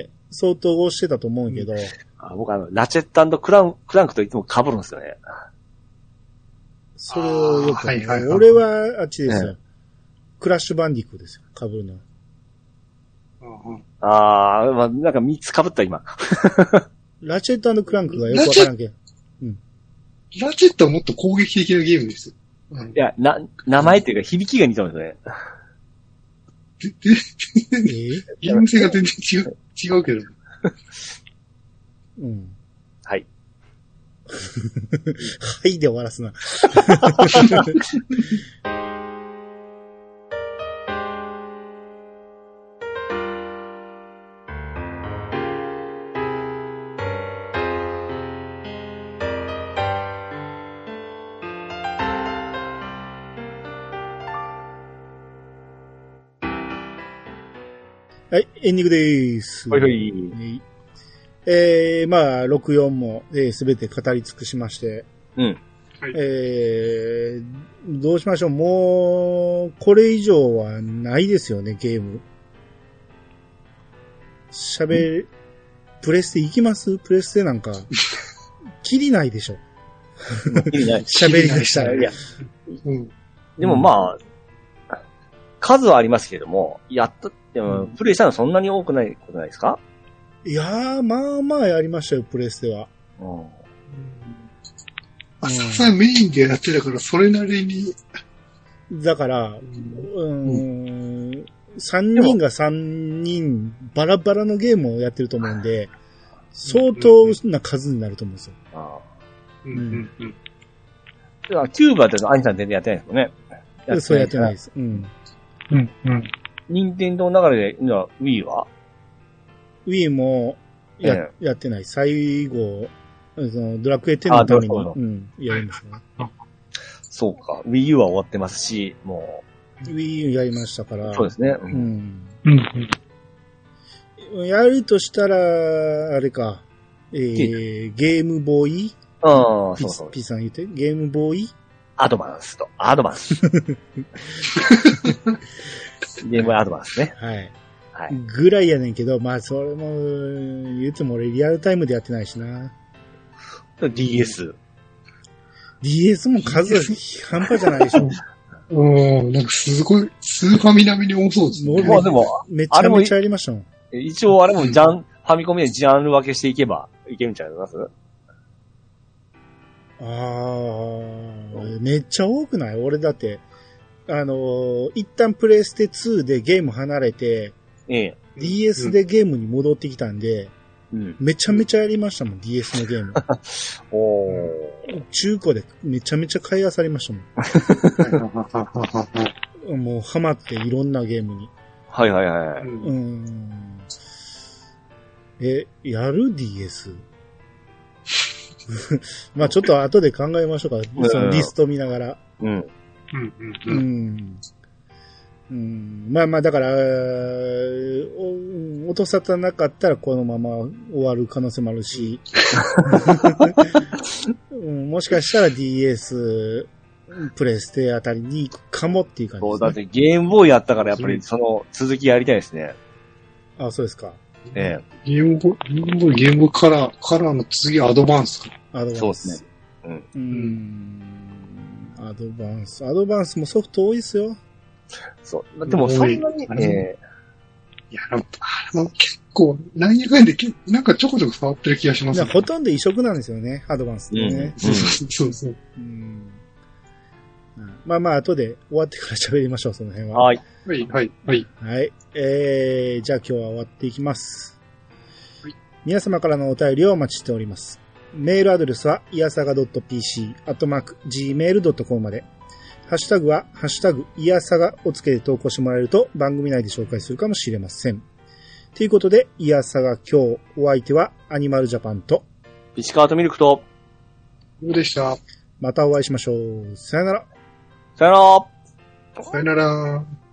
相当押してたと思うけど。うん、 あ僕あの、ラチェット&クラン、クランクといつも被るんですよね。 それをよく、はいはいはい、俺はあっちですよ。ね、クラッシュバンディクですよ、被るの。 ああ、まあ、なんかみっつ被った今。 ラチェット&クランクがよくわからんけど。うん。 ラチェットはもっと攻撃的なゲームですよ。 うん、いや、な、名前っていうか響きが似てますね。 えー、ゲーム性が全然違う、違うけど。 うん。 はい。 はいで終わらすな。 はい、エンディングでーす。 はいはい。 えー、まあ、ろくじゅうよんもすべ、えー、て語り尽くしまして。 うん。 えー、どうしましょう。もう、これ以上はないですよね、ゲーム。喋、うん、プレステ行きますプレステなんか、きりないでしょ。 きりない。 喋り出したら。いや。 うん。でもまあ、数はありますけれども、やった、でも、プレイしたのそんなに多くないことないですか？ いやー、まあまあやりましたよ、プレステは。うん。 あ、さすがにメインでやってたから、それなりに。 だから、うん、ん、さんにんがさんにん、バラバラのゲームをやってると思うんで、相当な数になると思うんですよ。ああ。 うんうんうん。 だからキューバってのアニさん全然やってないですもんね。 やそうやってないです。うん。 うんうん。 任天堂の流れで、今、Wii は Wii もや、ええ、やってない。最後、そのドラクエテンのために、うん、やりますね。 そうか。Wii U は終わってますし、もう。Wii U やりましたから。 そうですね。 うん。うん、やるとしたら、あれか、えー、ゲームボーイああ、 そうそう。P さん言って、ゲームボーイアドバンスと、アドバンス。ゲームボーイアドバンスね。 はい。 はい。 ぐらいやねんけど、まあ、それも、言うても俺リアルタイムでやってないしな。 ディーエス。 ディーエス も数半端じゃないでしょ。 うん、なんかすごい、スーファミ並みに多そうですね。 まあでも、 めちゃめちゃやりましたもん。 一応あれもジャン、ファミコミでジャンル分けしていけばいけるんちゃいます？ あー、めっちゃ多くない？俺だって、あのー、一旦プレイステツーでゲーム離れて、 ええ、 ディーエス でゲームに戻ってきたんで、うん、めちゃめちゃやりましたもん、ディーエス のゲーム。 おー中古でめちゃめちゃ買い漁りましたもん。もうハマっていろんなゲームに。 はいはいはい。 うん。え、やる ディーエス？ まあちょっと後で考えましょうか。そのリスト見ながら。 うん。うん。 うん。うんうん、まあまあだから、音沙汰なかったらこのまま終わる可能性もあるし、うん、もしかしたら ディーエス、プレステあたりに行くかもっていう感じですね。 そう、だってゲームボーイやったからやっぱりその続きやりたいですね。 あ、そうですか。 ええ。 ゲームボーイ、ゲームボーイ、ゲームボーイカラー、カラーの次アドバンスか。 アドバンス。 そうですね。 うん。うん。アドバンス。アドバンスもソフト多いですよ。 そう。でもそんなに、えー、いや、あの、結構、何やかんで、なんかちょこちょこ触ってる気がしますね。 ほとんど異色なんですよね、アドバンスってね。 うん、そうそうそう。 うん、まあまあ、後で終わってから喋りましょう、その辺は。 はい。 はい、はい、はい。 はい。えー、じゃあ今日は終わっていきます。はい。皆様からのお便りをお待ちしております。メールアドレスは、いやさが .pc、アットマーク、ジーメールドットコム まで。ハッシュタグは、ハッシュタグ、いやさがをつけて投稿してもらえると番組内で紹介するかもしれません。ということで、いやさが今日、お相手はアニマルジャパンと、 石川とミルクと、 どうでした？ またお会いしましょう。さよなら。 さよなら。 さよなら。